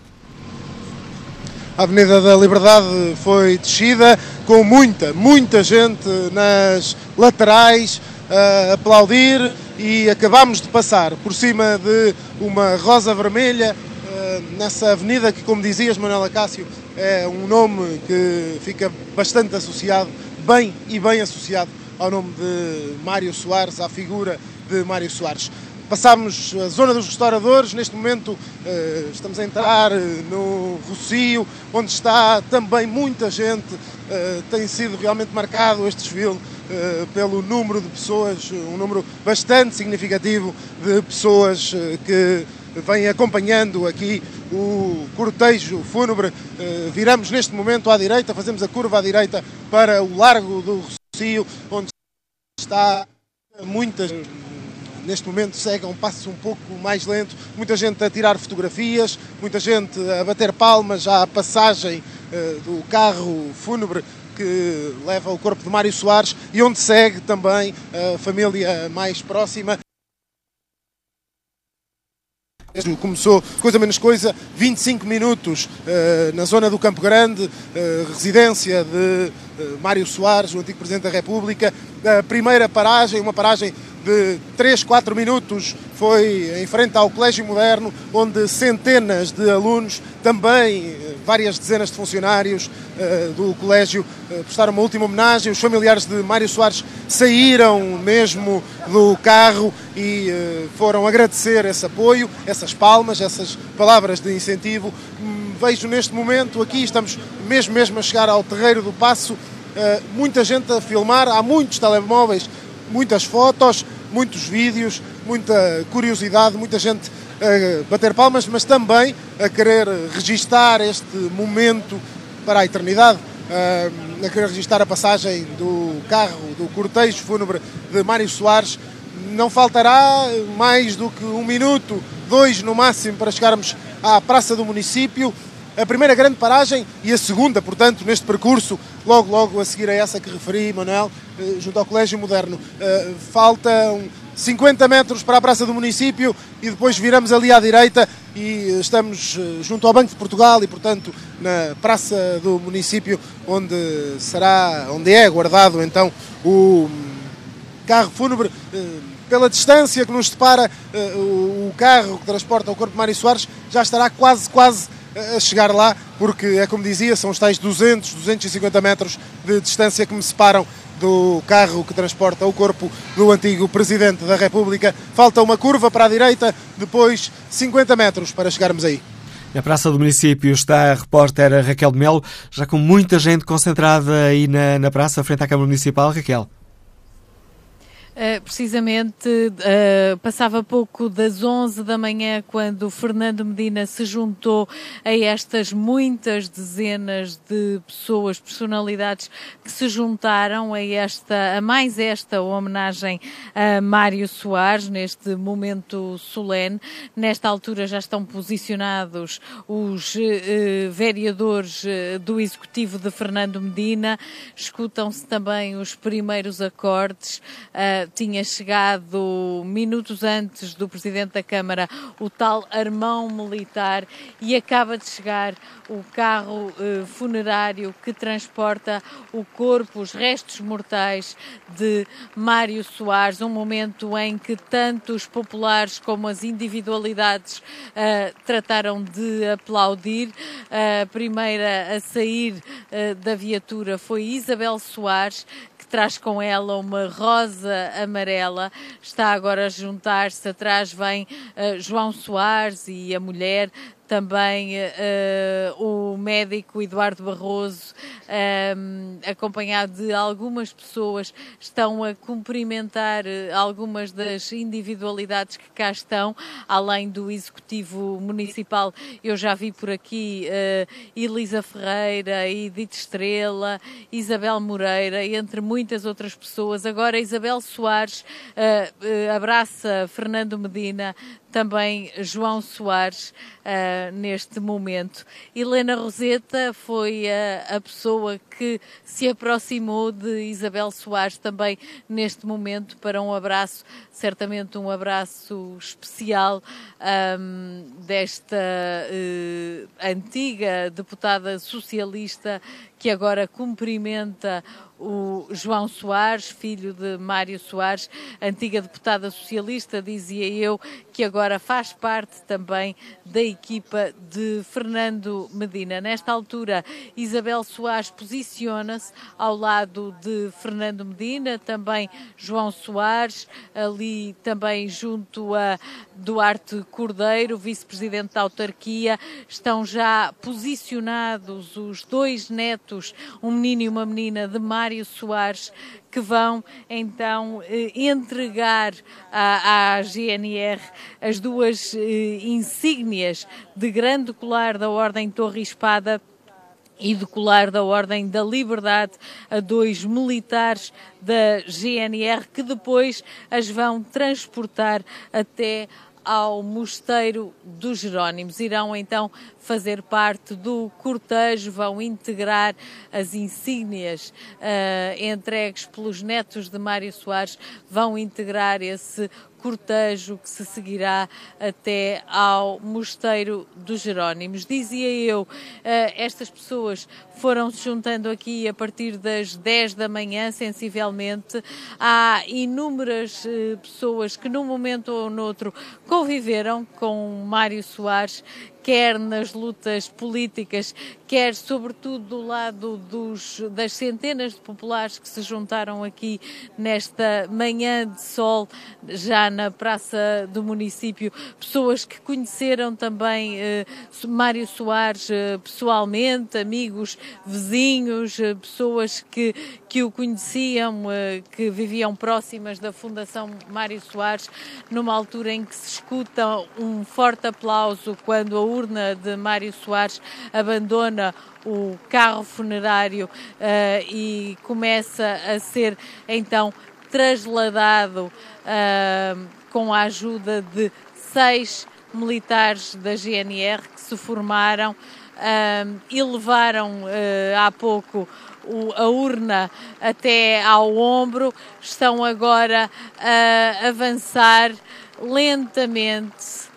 A Avenida da Liberdade foi descida com muita gente nas laterais a aplaudir e acabámos de passar por cima de uma rosa vermelha nessa avenida que, como dizias, Manuela Cássio, é um nome que fica bastante associado, bem associado ao nome de Mário Soares, à figura de Mário Soares. Passámos a zona dos restauradores, neste momento estamos a entrar no Rossio, onde está também muita gente. Tem sido realmente marcado este desfile pelo número de pessoas, um número bastante significativo de pessoas que vêm acompanhando aqui o cortejo fúnebre. Viramos neste momento à direita, fazemos a curva à direita para o Largo do Rossio, onde está neste momento segue a um passo um pouco mais lento, muita gente a tirar fotografias, muita gente a bater palmas à passagem do carro fúnebre que leva o corpo de Mário Soares e onde segue também a família mais próxima. Começou, coisa menos coisa, 25 minutos na zona do Campo Grande, residência de Mário Soares, o antigo Presidente da República. A primeira paragem, uma paragem de 3, 4 minutos, foi em frente ao Colégio Moderno, onde centenas de alunos, também várias dezenas de funcionários do colégio prestaram uma última homenagem. Os familiares de Mário Soares saíram mesmo do carro e foram agradecer esse apoio, essas palmas, essas palavras de incentivo. Vejo neste momento, aqui estamos mesmo a chegar ao Terreiro do Paço, muita gente a filmar, há muitos telemóveis, muitas fotos, muitos vídeos, muita curiosidade, muita gente a bater palmas, mas também a querer registar este momento para a eternidade, a querer registar a passagem do carro, do cortejo fúnebre de Mário Soares. Não faltará mais do que 1 minuto, 2 no máximo, para chegarmos à Praça do Município. A primeira grande paragem e a segunda, portanto, neste percurso, logo a seguir a essa que referi, Manuel, junto ao Colégio Moderno. Faltam 50 metros para a Praça do Município e depois viramos ali à direita e estamos junto ao Banco de Portugal e, portanto, na Praça do Município, onde é guardado então o carro fúnebre. Pela distância que nos separa, o carro que transporta o corpo de Mário Soares já estará quase a chegar lá, porque é como dizia, são os tais 250 metros de distância que me separam do carro que transporta o corpo do antigo Presidente da República. Falta uma curva para a direita, depois 50 metros para chegarmos aí. Na Praça do Município está a repórter Raquel de Melo, já com muita gente concentrada aí na praça, frente à Câmara Municipal. Raquel. Precisamente, passava pouco das 11 da manhã quando Fernando Medina se juntou a estas muitas dezenas de pessoas, personalidades que se juntaram a mais esta homenagem a Mário Soares neste momento solene. Nesta altura já estão posicionados os vereadores do Executivo de Fernando Medina, escutam-se também os primeiros acordes. Tinha chegado minutos antes do Presidente da Câmara o tal armão militar e acaba de chegar o carro funerário que transporta o corpo, os restos mortais de Mário Soares, um momento em que tanto os populares como as individualidades trataram de aplaudir. A primeira a sair da viatura foi Isabel Soares, traz com ela uma rosa amarela, está agora a juntar-se, atrás vem João Soares e a mulher, também o médico Eduardo Barroso, acompanhado de algumas pessoas, estão a cumprimentar algumas das individualidades que cá estão, além do Executivo Municipal. Eu já vi por aqui Elisa Ferreira, Edith Estrela, Isabel Moreira, entre muitas outras pessoas. Agora Isabel Soares abraça Fernando Medina, também João Soares neste momento. Helena Roseta foi a pessoa que se aproximou de Isabel Soares também neste momento para um abraço, certamente um abraço especial desta antiga deputada socialista que agora cumprimenta o João Soares, filho de Mário Soares, antiga deputada socialista, dizia eu, que agora faz parte também da equipa de Fernando Medina. Nesta altura, Isabel Soares posiciona-se ao lado de Fernando Medina, também João Soares, ali também junto a Duarte Cordeiro, vice-presidente da autarquia. Estão já posicionados os dois netos, um menino e uma menina de Mário Soares, que vão então entregar à GNR as duas insígnias de grande colar da Ordem Torre e Espada e de colar da Ordem da Liberdade a dois militares da GNR, que depois as vão transportar até ao Mosteiro dos Jerónimos. Irão então fazer parte do cortejo, vão integrar as insígnias entregues pelos netos de Mário Soares, vão integrar esse cortejo que se seguirá até ao Mosteiro dos Jerónimos. Dizia eu, estas pessoas foram-se juntando aqui a partir das 10 da manhã, sensivelmente. Há inúmeras pessoas que num momento ou noutro conviveram com Mário Soares, quer nas lutas políticas, quer sobretudo do lado das centenas de populares que se juntaram aqui nesta manhã de sol, já na praça do município, pessoas que conheceram também Mário Soares pessoalmente, amigos, vizinhos, pessoas que o conheciam, que viviam próximas da Fundação Mário Soares, numa altura em que se escuta um forte aplauso quando a urna de Mário Soares abandona o carro funerário e começa a ser então trasladado com a ajuda de 6 militares da GNR que se formaram e levaram há pouco a urna até ao ombro. Estão agora a avançar lentamente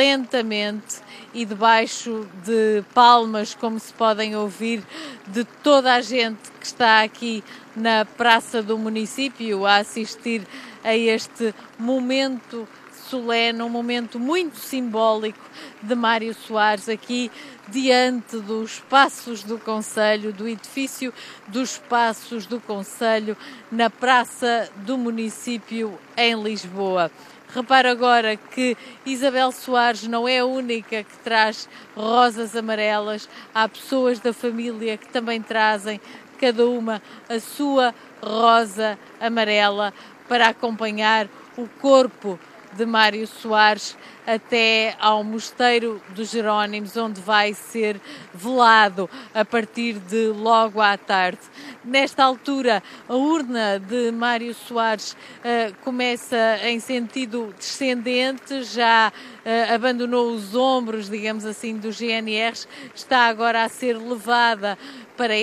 e debaixo de palmas, como se podem ouvir, de toda a gente que está aqui na praça do município a assistir a este momento solene, um momento muito simbólico de Mário Soares aqui diante dos Passos do Concelho, do edifício dos Passos do Concelho, na praça do município em Lisboa. Repara agora que Isabel Soares não é a única que traz rosas amarelas. Há pessoas da família que também trazem, cada uma, a sua rosa amarela para acompanhar o corpo de Mário Soares até ao Mosteiro dos Jerónimos, onde vai ser velado a partir de logo à tarde. Nesta altura, a urna de Mário Soares começa em sentido descendente, já abandonou os ombros, digamos assim, dos GNRs, está agora a ser levada para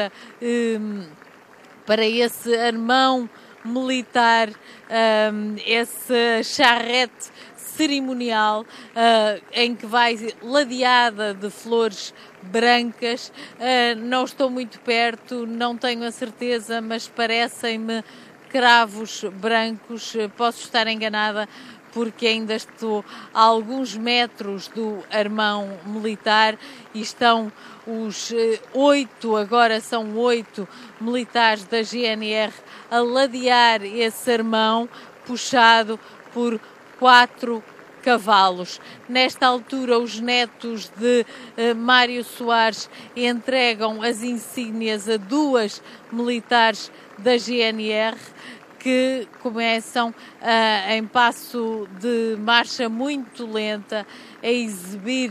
esse armão militar, essa charrete cerimonial em que vai ladeada de flores brancas. Não estou muito perto, não tenho a certeza, mas parecem-me cravos brancos. Posso estar enganada, porque ainda estou a alguns metros do armão militar e estão os 8, agora são 8 militares da GNR a ladear esse armão puxado por 4 cavalos. Nesta altura, os netos de Mário Soares entregam as insígnias a 2 militares da GNR, que começam em passo de marcha muito lenta a exibir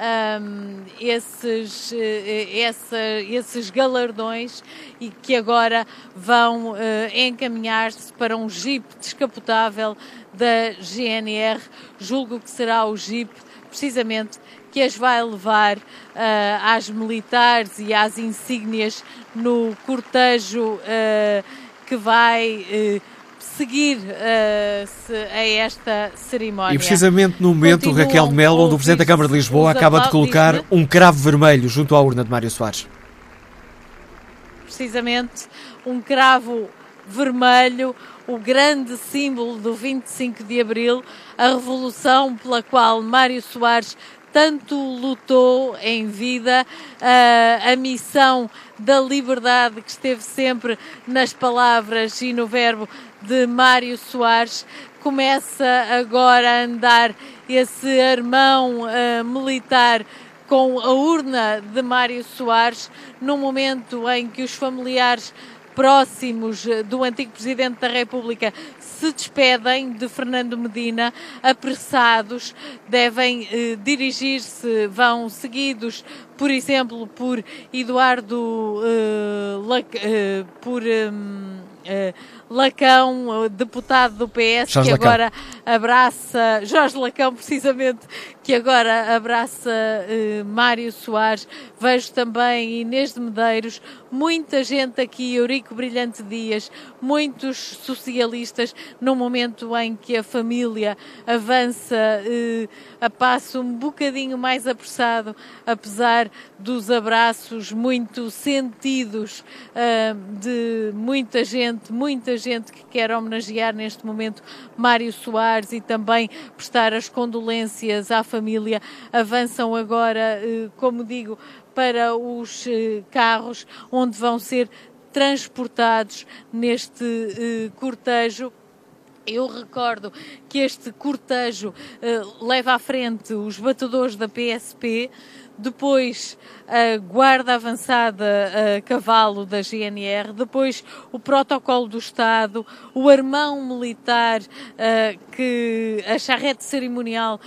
esses galardões, e que agora vão encaminhar-se para um jipe descapotável da GNR. Julgo que será o jipe, precisamente, que as vai levar às militares e às insígnias no cortejo que vai seguir a esta cerimónia. E precisamente no momento, Raquel de Melo, onde o Presidente da Câmara de Lisboa acaba de colocar um cravo vermelho junto à urna de Mário Soares. Precisamente, um cravo vermelho, o grande símbolo do 25 de Abril, a revolução pela qual Mário Soares tanto lutou em vida, a missão da liberdade que esteve sempre nas palavras e no verbo de Mário Soares. Começa agora a andar esse armão militar com a urna de Mário Soares, num momento em que os familiares próximos do antigo Presidente da República se despedem de Fernando Medina, apressados, devem dirigir-se, vão seguidos, por exemplo, por Eduardo Lacão, deputado do PS, Jorge que Lacão. agora abraça, Jorge Lacão, precisamente, que agora abraça Mário Soares. Vejo também Inês de Medeiros, muita gente aqui, Eurico Brilhante Dias, muitos socialistas, num momento em que a família avança a passo um bocadinho mais apressado, apesar dos abraços muito sentidos de muita gente que quer homenagear neste momento Mário Soares e também prestar as condolências à família. Avançam agora, como digo, para os carros onde vão ser transportados neste cortejo. Eu recordo que este cortejo leva à frente os batedores da PSP, depois a guarda avançada a cavalo da GNR, depois o protocolo do Estado, o armão militar, a charrete cerimonial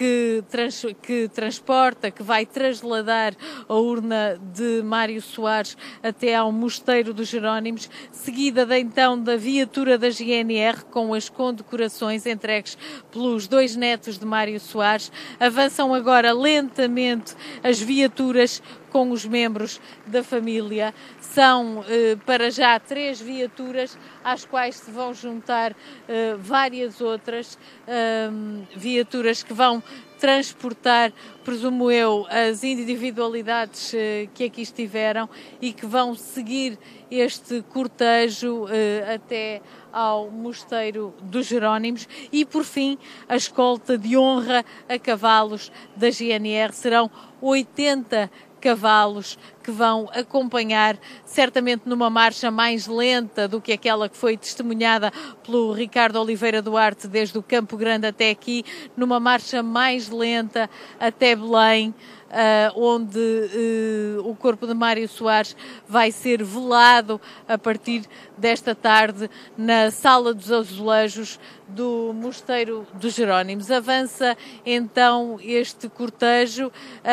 que transporta, que vai trasladar a urna de Mário Soares até ao Mosteiro dos Jerónimos, seguida então da viatura da GNR com as condecorações entregues pelos 2 netos de Mário Soares. Avançam agora lentamente as viaturas com os membros da família. São, para já, 3 viaturas, às quais se vão juntar várias outras viaturas que vão transportar, presumo eu, as individualidades que aqui estiveram e que vão seguir este cortejo até ao Mosteiro dos Jerónimos. E, por fim, a escolta de honra a cavalos da GNR. Serão 80 cavalos que vão acompanhar, certamente numa marcha mais lenta do que aquela que foi testemunhada pelo Ricardo Oliveira Duarte desde o Campo Grande até aqui, numa marcha mais lenta até Belém, onde o corpo de Mário Soares vai ser velado a partir desta tarde na Sala dos Azulejos do Mosteiro dos Jerónimos. Avança então este cortejo,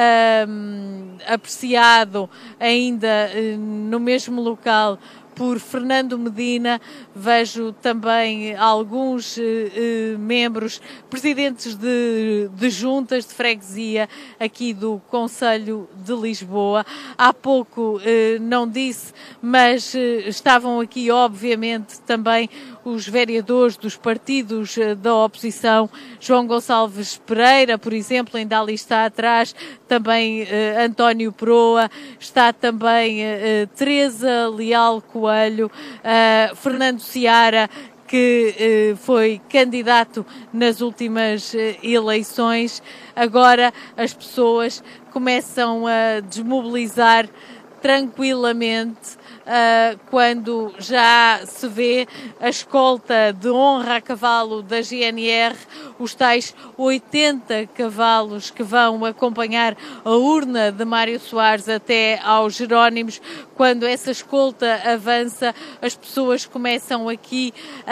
apreciado ainda no mesmo local por Fernando Medina. Vejo também alguns membros, presidentes de juntas de freguesia aqui do Concelho de Lisboa. Há pouco não disse, mas estavam aqui obviamente também os vereadores dos partidos da oposição. João Gonçalves Pereira, por exemplo, ainda ali está atrás, também António Proa, está também Teresa Leal Coelho, Fernando Seara, que foi candidato nas últimas eleições. Agora as pessoas começam a desmobilizar tranquilamente, quando já se vê a escolta de honra a cavalo da GNR, os tais 80 cavalos que vão acompanhar a urna de Mário Soares até aos Jerónimos. Quando essa escolta avança, as pessoas começam aqui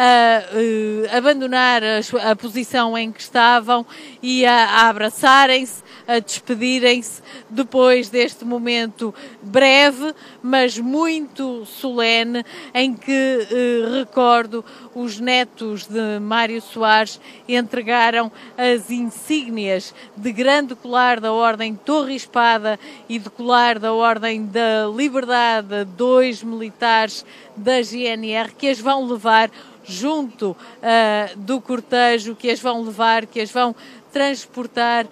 a abandonar a posição em que estavam e a abraçarem-se, a despedirem-se depois deste momento breve, mas muito solene, em que, recordo, os netos de Mário Soares entregaram as insígnias de grande colar da Ordem Torre Espada e de colar da Ordem da Liberdade, dois militares da GNR, que as vão levar junto do cortejo, que as vão levar, que as vão transportar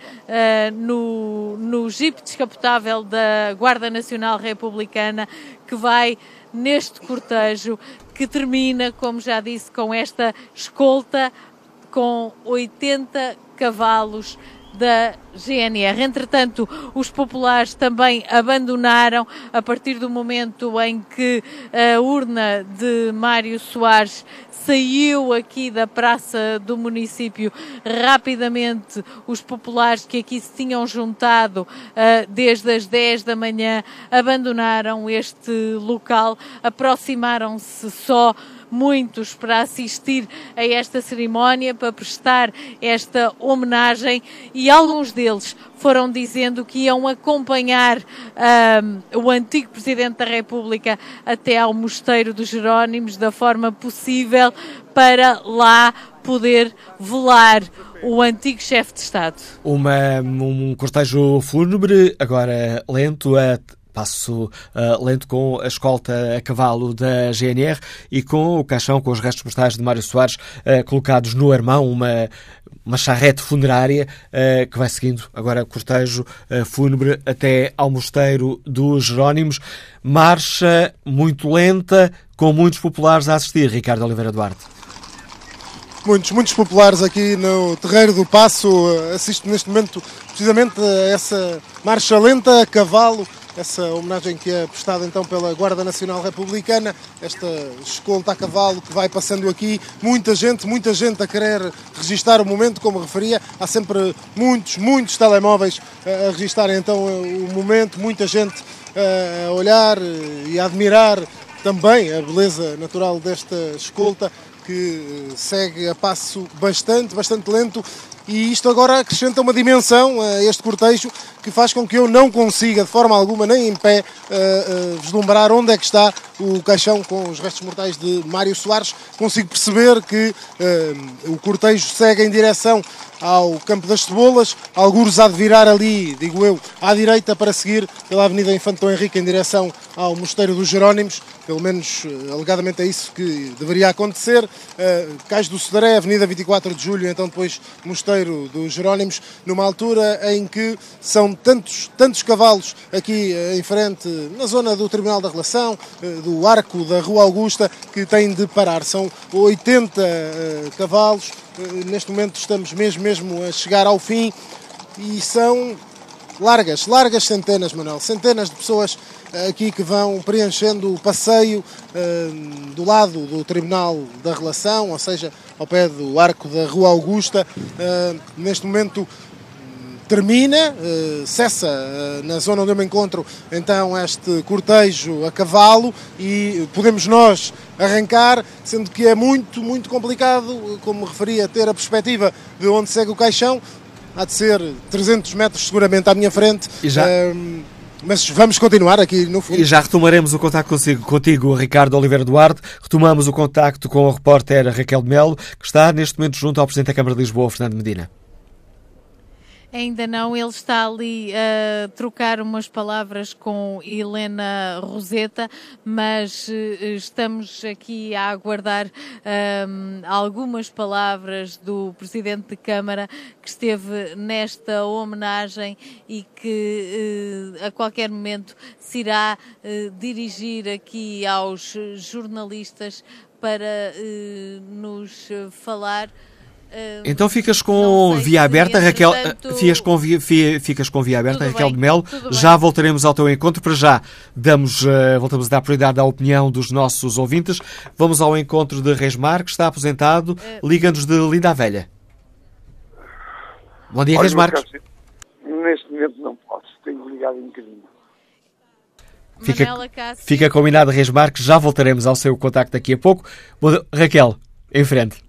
no jipe descapotável da Guarda Nacional Republicana, que vai neste cortejo, que termina, como já disse, com esta escolta com 80 cavalos da GNR. Entretanto, os populares também abandonaram, a partir do momento em que a urna de Mário Soares saiu aqui da praça do município. Rapidamente os populares que aqui se tinham juntado desde as 10 da manhã abandonaram este local, aproximaram-se só muitos para assistir a esta cerimónia, para prestar esta homenagem, e alguns deles foram dizendo que iam acompanhar o antigo Presidente da República até ao Mosteiro dos Jerónimos da forma possível, para lá poder velar o antigo chefe de Estado. Um cortejo fúnebre, agora lento, passo lento, com a escolta a cavalo da GNR e com o caixão com os restos mortais de Mário Soares colocados no armão, uma charrete funerária que vai seguindo agora o cortejo fúnebre até ao Mosteiro dos Jerónimos. Marcha muito lenta, com muitos populares a assistir. Ricardo Oliveira Duarte. Muitos populares aqui no Terreiro do Paço assistem neste momento precisamente a essa marcha lenta a cavalo, essa homenagem que é prestada então pela Guarda Nacional Republicana, esta escolta a cavalo que vai passando aqui, muita gente a querer registar o momento, como referia, há sempre muitos telemóveis a registarem então o momento, muita gente a olhar e a admirar também a beleza natural desta escolta, que segue a passo bastante lento. E isto agora acrescenta uma dimensão a este cortejo que faz com que eu não consiga de forma alguma, nem em pé, vislumbrar onde é que está o caixão com os restos mortais de Mário Soares. Consigo perceber que o cortejo segue em direção ao Campo das Cebolas, algures há de virar ali, digo eu, à direita para seguir pela Avenida Infante Dom Henrique em direção ao Mosteiro dos Jerónimos, pelo menos alegadamente é isso que deveria acontecer. Cais do Sodaré, Avenida 24 de Julho, então depois Mosteiro dos Jerónimos, numa altura em que são tantos cavalos aqui em frente, na zona do Tribunal da Relação, do Arco da Rua Augusta, que têm de parar. São 80 cavalos. Neste momento estamos mesmo a chegar ao fim e são largas centenas, Manuel, centenas de pessoas aqui que vão preenchendo o passeio do lado do Tribunal da Relação, ou seja, ao pé do Arco da Rua Augusta. Neste momento termina, cessa na zona onde eu me encontro então este cortejo a cavalo e podemos nós arrancar, sendo que é muito, muito complicado, como referia, ter a perspectiva de onde segue o caixão. Há de ser 300 metros seguramente à minha frente. Mas vamos continuar aqui no fundo. E já retomaremos o contacto contigo, Ricardo Oliveira Duarte. Retomamos o contacto com a repórter Raquel de Melo, que está neste momento junto ao Presidente da Câmara de Lisboa, Fernando Medina. Ainda não, ele está ali a trocar umas palavras com Helena Roseta, mas estamos aqui a aguardar algumas palavras do Presidente de Câmara que esteve nesta homenagem e que a qualquer momento se irá dirigir aqui aos jornalistas para nos falar. Então ficas com via aberta, Raquel. Ficas com via aberta, Raquel de Melo. Já voltaremos ao teu encontro. Para já voltamos a dar prioridade à opinião dos nossos ouvintes. Vamos ao encontro de Reis Marques, está aposentado. Liga-nos de Linda a Velha. Bom dia, Reis Marques. Neste momento não posso, tenho ligado um bocadinho. Fica combinado, Reis Marques. Já voltaremos ao seu contacto daqui a pouco. Raquel, em frente.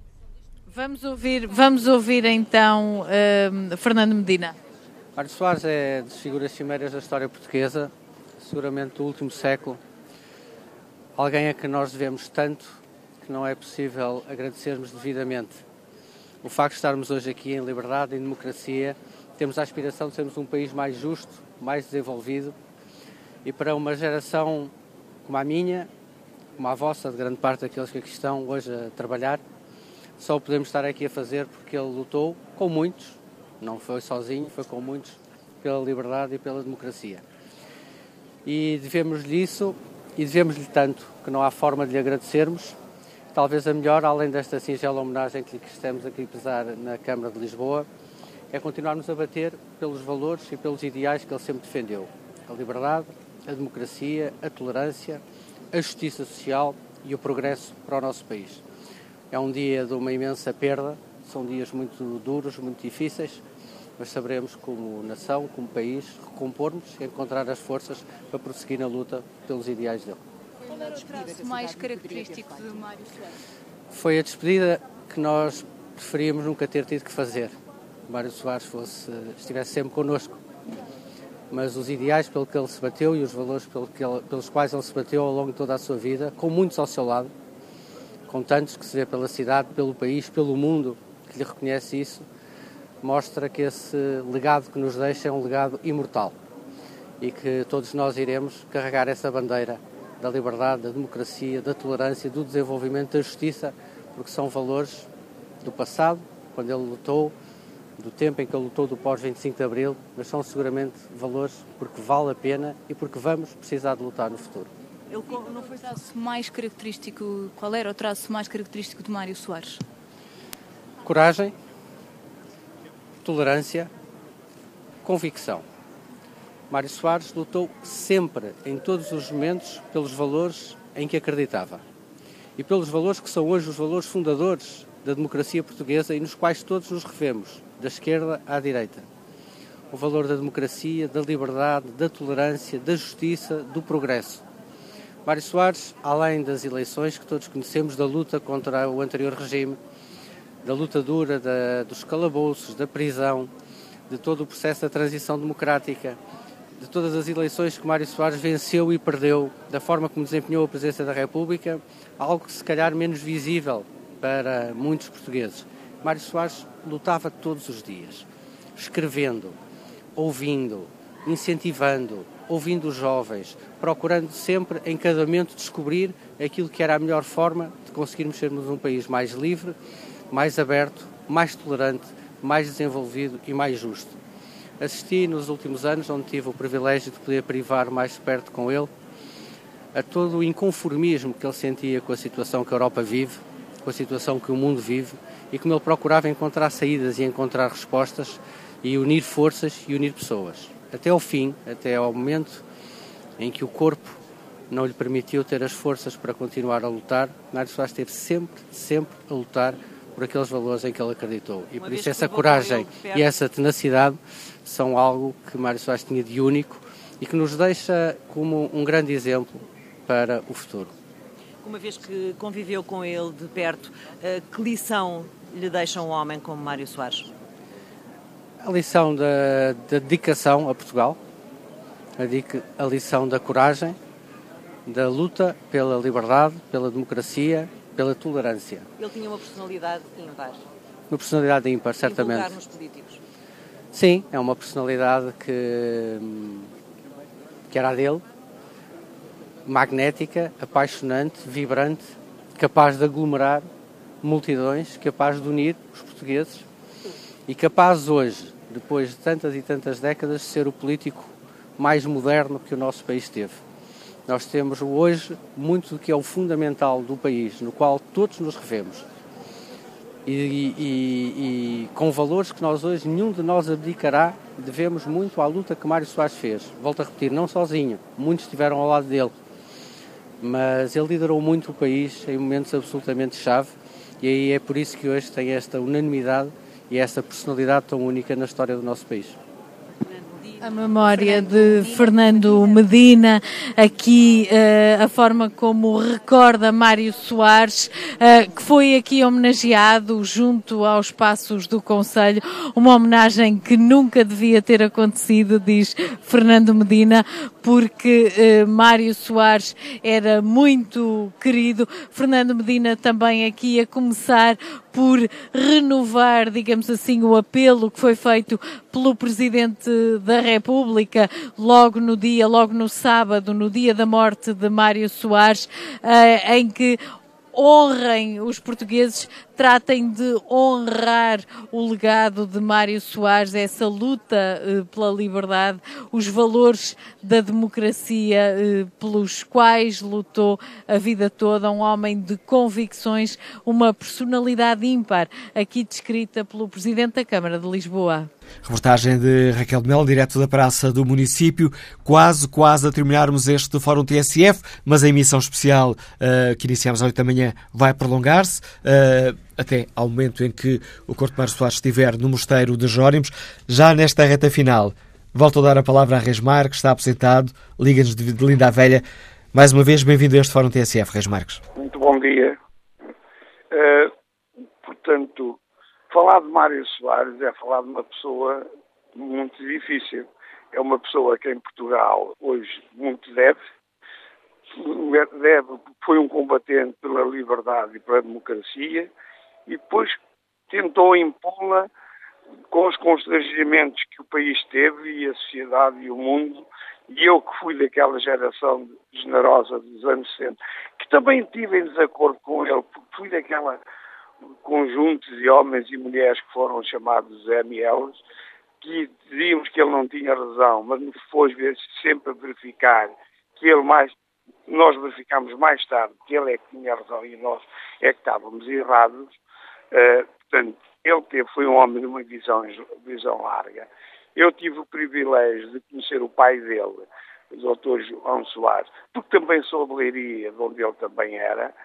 Vamos ouvir então Fernando Medina. Mário Soares é das figuras cimeiras da história portuguesa, seguramente do último século. Alguém a que nós devemos tanto que não é possível agradecermos devidamente. O facto de estarmos hoje aqui em liberdade, em democracia, temos a aspiração de sermos um país mais justo, mais desenvolvido, e para uma geração como a minha, como a vossa, de grande parte daqueles que aqui estão hoje a trabalhar, só o podemos estar aqui a fazer porque ele lutou com muitos, não foi sozinho, foi com muitos, pela liberdade e pela democracia. E devemos-lhe isso, e devemos-lhe tanto, que não há forma de lhe agradecermos. Talvez a melhor, além desta singela homenagem que lhe estamos aqui a pesar na Câmara de Lisboa, é continuarmos a bater pelos valores e pelos ideais que ele sempre defendeu. A liberdade, a democracia, a tolerância, a justiça social e o progresso para o nosso país. É um dia de uma imensa perda, são dias muito duros, muito difíceis, mas saberemos como nação, como país, recompormos e encontrar as forças para prosseguir na luta pelos ideais dele. Qual era o traço mais característico de Mário Soares? Foi a despedida que nós preferíamos nunca ter tido que fazer. Mário Soares estivesse sempre connosco, mas os ideais pelo que ele se bateu e os valores pelos quais ele se bateu ao longo de toda a sua vida, com muitos ao seu lado, com tantos que se vê pela cidade, pelo país, pelo mundo, que lhe reconhece isso, mostra que esse legado que nos deixa é um legado imortal e que todos nós iremos carregar essa bandeira da liberdade, da democracia, da tolerância, do desenvolvimento, da justiça, porque são valores do passado, quando ele lutou, do tempo em que ele lutou do pós-25 de Abril, mas são seguramente valores porque vale a pena e porque vamos precisar de lutar no futuro. Ele não foi o traço mais característico. Qual era o traço mais característico de Mário Soares? Coragem, tolerância, convicção. Mário Soares lutou sempre, em todos os momentos, pelos valores em que acreditava. E pelos valores que são hoje os valores fundadores da democracia portuguesa e nos quais todos nos revemos, da esquerda à direita. O valor da democracia, da liberdade, da tolerância, da justiça, do progresso. Mário Soares, além das eleições que todos conhecemos, da luta contra o anterior regime, da luta dura dos calabouços, da prisão, de todo o processo da transição democrática, de todas as eleições que Mário Soares venceu e perdeu, da forma como desempenhou a presidência da República, algo que se calhar menos visível para muitos portugueses. Mário Soares lutava todos os dias, escrevendo, ouvindo, incentivando, ouvindo os jovens, procurando sempre, em cada momento, descobrir aquilo que era a melhor forma de conseguirmos sermos um país mais livre, mais aberto, mais tolerante, mais desenvolvido e mais justo. Assisti nos últimos anos, onde tive o privilégio de poder privar mais de perto com ele, a todo o inconformismo que ele sentia com a situação que a Europa vive, com a situação que o mundo vive, e como ele procurava encontrar saídas e encontrar respostas e unir forças e unir pessoas. Até ao fim, até ao momento em que o corpo não lhe permitiu ter as forças para continuar a lutar, Mário Soares esteve sempre a lutar por aqueles valores em que ele acreditou. E por isso essa coragem e essa tenacidade são algo que Mário Soares tinha de único e que nos deixa como um grande exemplo para o futuro. Uma vez que conviveu com ele de perto, que lição lhe deixa um homem como Mário Soares? A lição da dedicação a Portugal, a lição da coragem, da luta pela liberdade, pela democracia, pela tolerância. Ele tinha uma personalidade ímpar. Uma personalidade ímpar, certamente. Invulgar nos políticos. Sim, é uma personalidade que era a dele, magnética, apaixonante, vibrante, capaz de aglomerar multidões, capaz de unir os portugueses e capaz hoje, depois de tantas e tantas décadas, de ser o político mais moderno que o nosso país teve. Nós temos hoje muito do que é o fundamental do país, no qual todos nos revemos. E com valores que nós hoje, nenhum de nós abdicará, devemos muito à luta que Mário Soares fez. Volto a repetir, não sozinho, muitos estiveram ao lado dele. Mas ele liderou muito o país em momentos absolutamente chave e aí é por isso que hoje tem esta unanimidade e esta personalidade tão única na história do nosso país. A memória de Fernando Medina, aqui a forma como recorda Mário Soares, que foi aqui homenageado junto aos Passos do Conselho, uma homenagem que nunca devia ter acontecido, diz Fernando Medina, porque Mário Soares era muito querido. Fernando Medina também aqui a começar por renovar, digamos assim, o apelo que foi feito pelo Presidente da República logo no sábado, no dia da morte de Mário Soares, em que honrem os portugueses, tratem de honrar o legado de Mário Soares, essa luta pela liberdade, os valores da democracia pelos quais lutou a vida toda, um homem de convicções, uma personalidade ímpar, aqui descrita pelo Presidente da Câmara de Lisboa. Reportagem de Raquel de Melo, direto da Praça do Município, quase a terminarmos este Fórum TSF, mas a emissão especial que iniciamos às 8 da manhã vai prolongar-se até ao momento em que o Corpo de Mário Soares estiver no Mosteiro de Jórimos. Já nesta reta final, volto a dar a palavra a Reis Marques, está aposentado, liga-nos de Linda a Velha. Mais uma vez, bem-vindo a este Fórum TSF, Reis Marques. Muito bom dia. Portanto, falar de Mário Soares é falar de uma pessoa muito difícil. É uma pessoa que em Portugal hoje muito deve, foi um combatente pela liberdade e pela democracia e depois tentou impô-la com os constrangimentos que o país teve e a sociedade e o mundo. E eu que fui daquela geração generosa dos anos 60, que também estive em desacordo com ele, porque fui daquela conjuntos de homens e mulheres que foram chamados MLs, que dizíamos que ele não tinha razão, mas depois sempre a verificar que nós verificámos mais tarde que ele é que tinha razão e nós é que estávamos errados. Portanto, foi um homem de uma visão larga. Eu tive o privilégio de conhecer o pai dele, o Dr. João Soares, porque também sou de Leiria, de onde ele também era.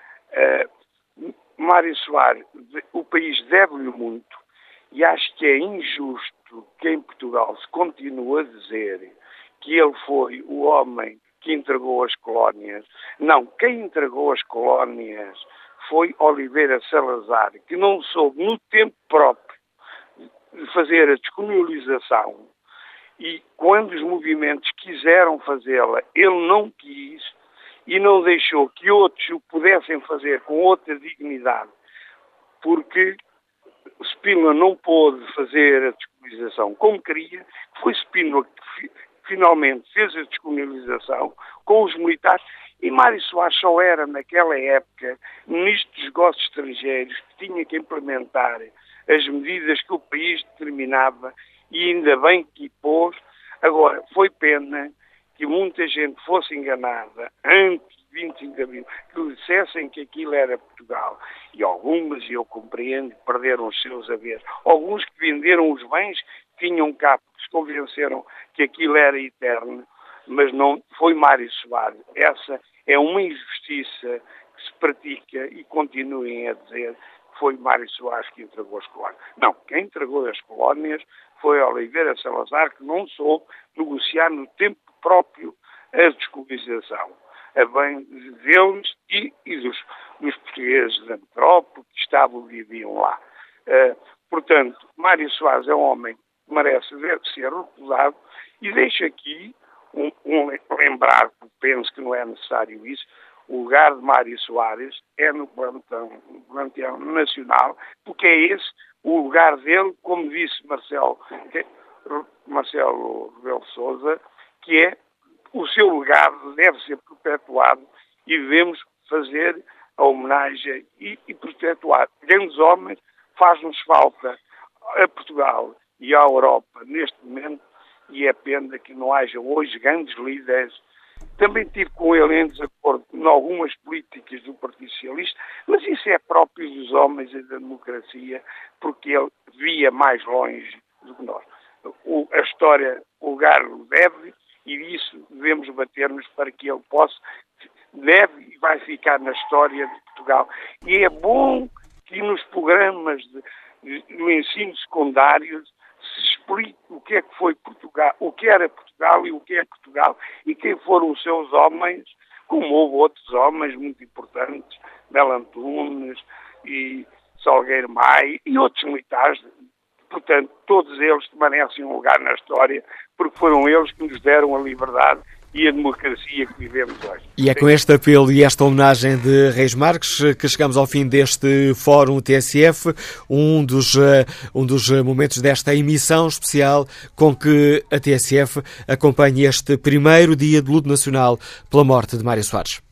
Mário Soares, o país deve-lhe muito e acho que é injusto que em Portugal se continue a dizer que ele foi o homem que entregou as colónias. Não, quem entregou as colónias foi Oliveira Salazar, que não soube no tempo próprio de fazer a descolonialização e quando os movimentos quiseram fazê-la, ele não quis e não deixou que outros o pudessem fazer com outra dignidade, porque Spínola não pôde fazer a descolonização como queria. Foi Spínola que finalmente fez a descolonização com os militares e Mário Soares só era, naquela época, ministro dos negócios estrangeiros que tinha que implementar as medidas que o país determinava e ainda bem que pôs. Agora, foi pena que muita gente fosse enganada antes de 25 de abril, que lhe dissessem que aquilo era Portugal. E algumas, e eu compreendo, perderam os seus haveres. Alguns que venderam os bens que tinham cá, porque se convenceram que aquilo era eterno, mas não foi Mário Soares. Essa é uma injustiça que se pratica e continuem a dizer que foi Mário Soares que entregou as colónias. Não, quem entregou as colónias foi Oliveira Salazar, que não soube negociar no tempo próprio a descolonização, a bem deles e dos portugueses da metrópole que estavam e viviam lá. Portanto, Mário Soares é um homem que merece ser recordado e deixo aqui lembrar, penso que não é necessário isso, o lugar de Mário Soares é no Panteão Nacional, porque é esse o lugar dele, como disse Marcelo Rebelo de Sousa, que é o seu legado deve ser perpetuado e devemos fazer a homenagem e perpetuar. Grandes homens faz-nos falta a Portugal e à Europa neste momento e é pena que não haja hoje grandes líderes. Também tive com ele em desacordo em algumas políticas do Partido Socialista, mas isso é próprio dos homens e da democracia, porque ele via mais longe do que nós. A história, o lugar o deve, e disso devemos bater-nos para que ele possa, deve e vai ficar na história de Portugal. E é bom que nos programas do ensino secundário se explique o que é que foi Portugal, o que era Portugal e o que é Portugal e quem foram os seus homens, como houve outros homens muito importantes, Belo Antunes e Salgueiro Maia e outros militares. Portanto, todos eles merecem um lugar na história porque foram eles que nos deram a liberdade e a democracia que vivemos hoje. E é com este apelo e esta homenagem de Reis Marques que chegamos ao fim deste Fórum TSF, um dos momentos desta emissão especial com que a TSF acompanha este primeiro dia de luto nacional pela morte de Mário Soares.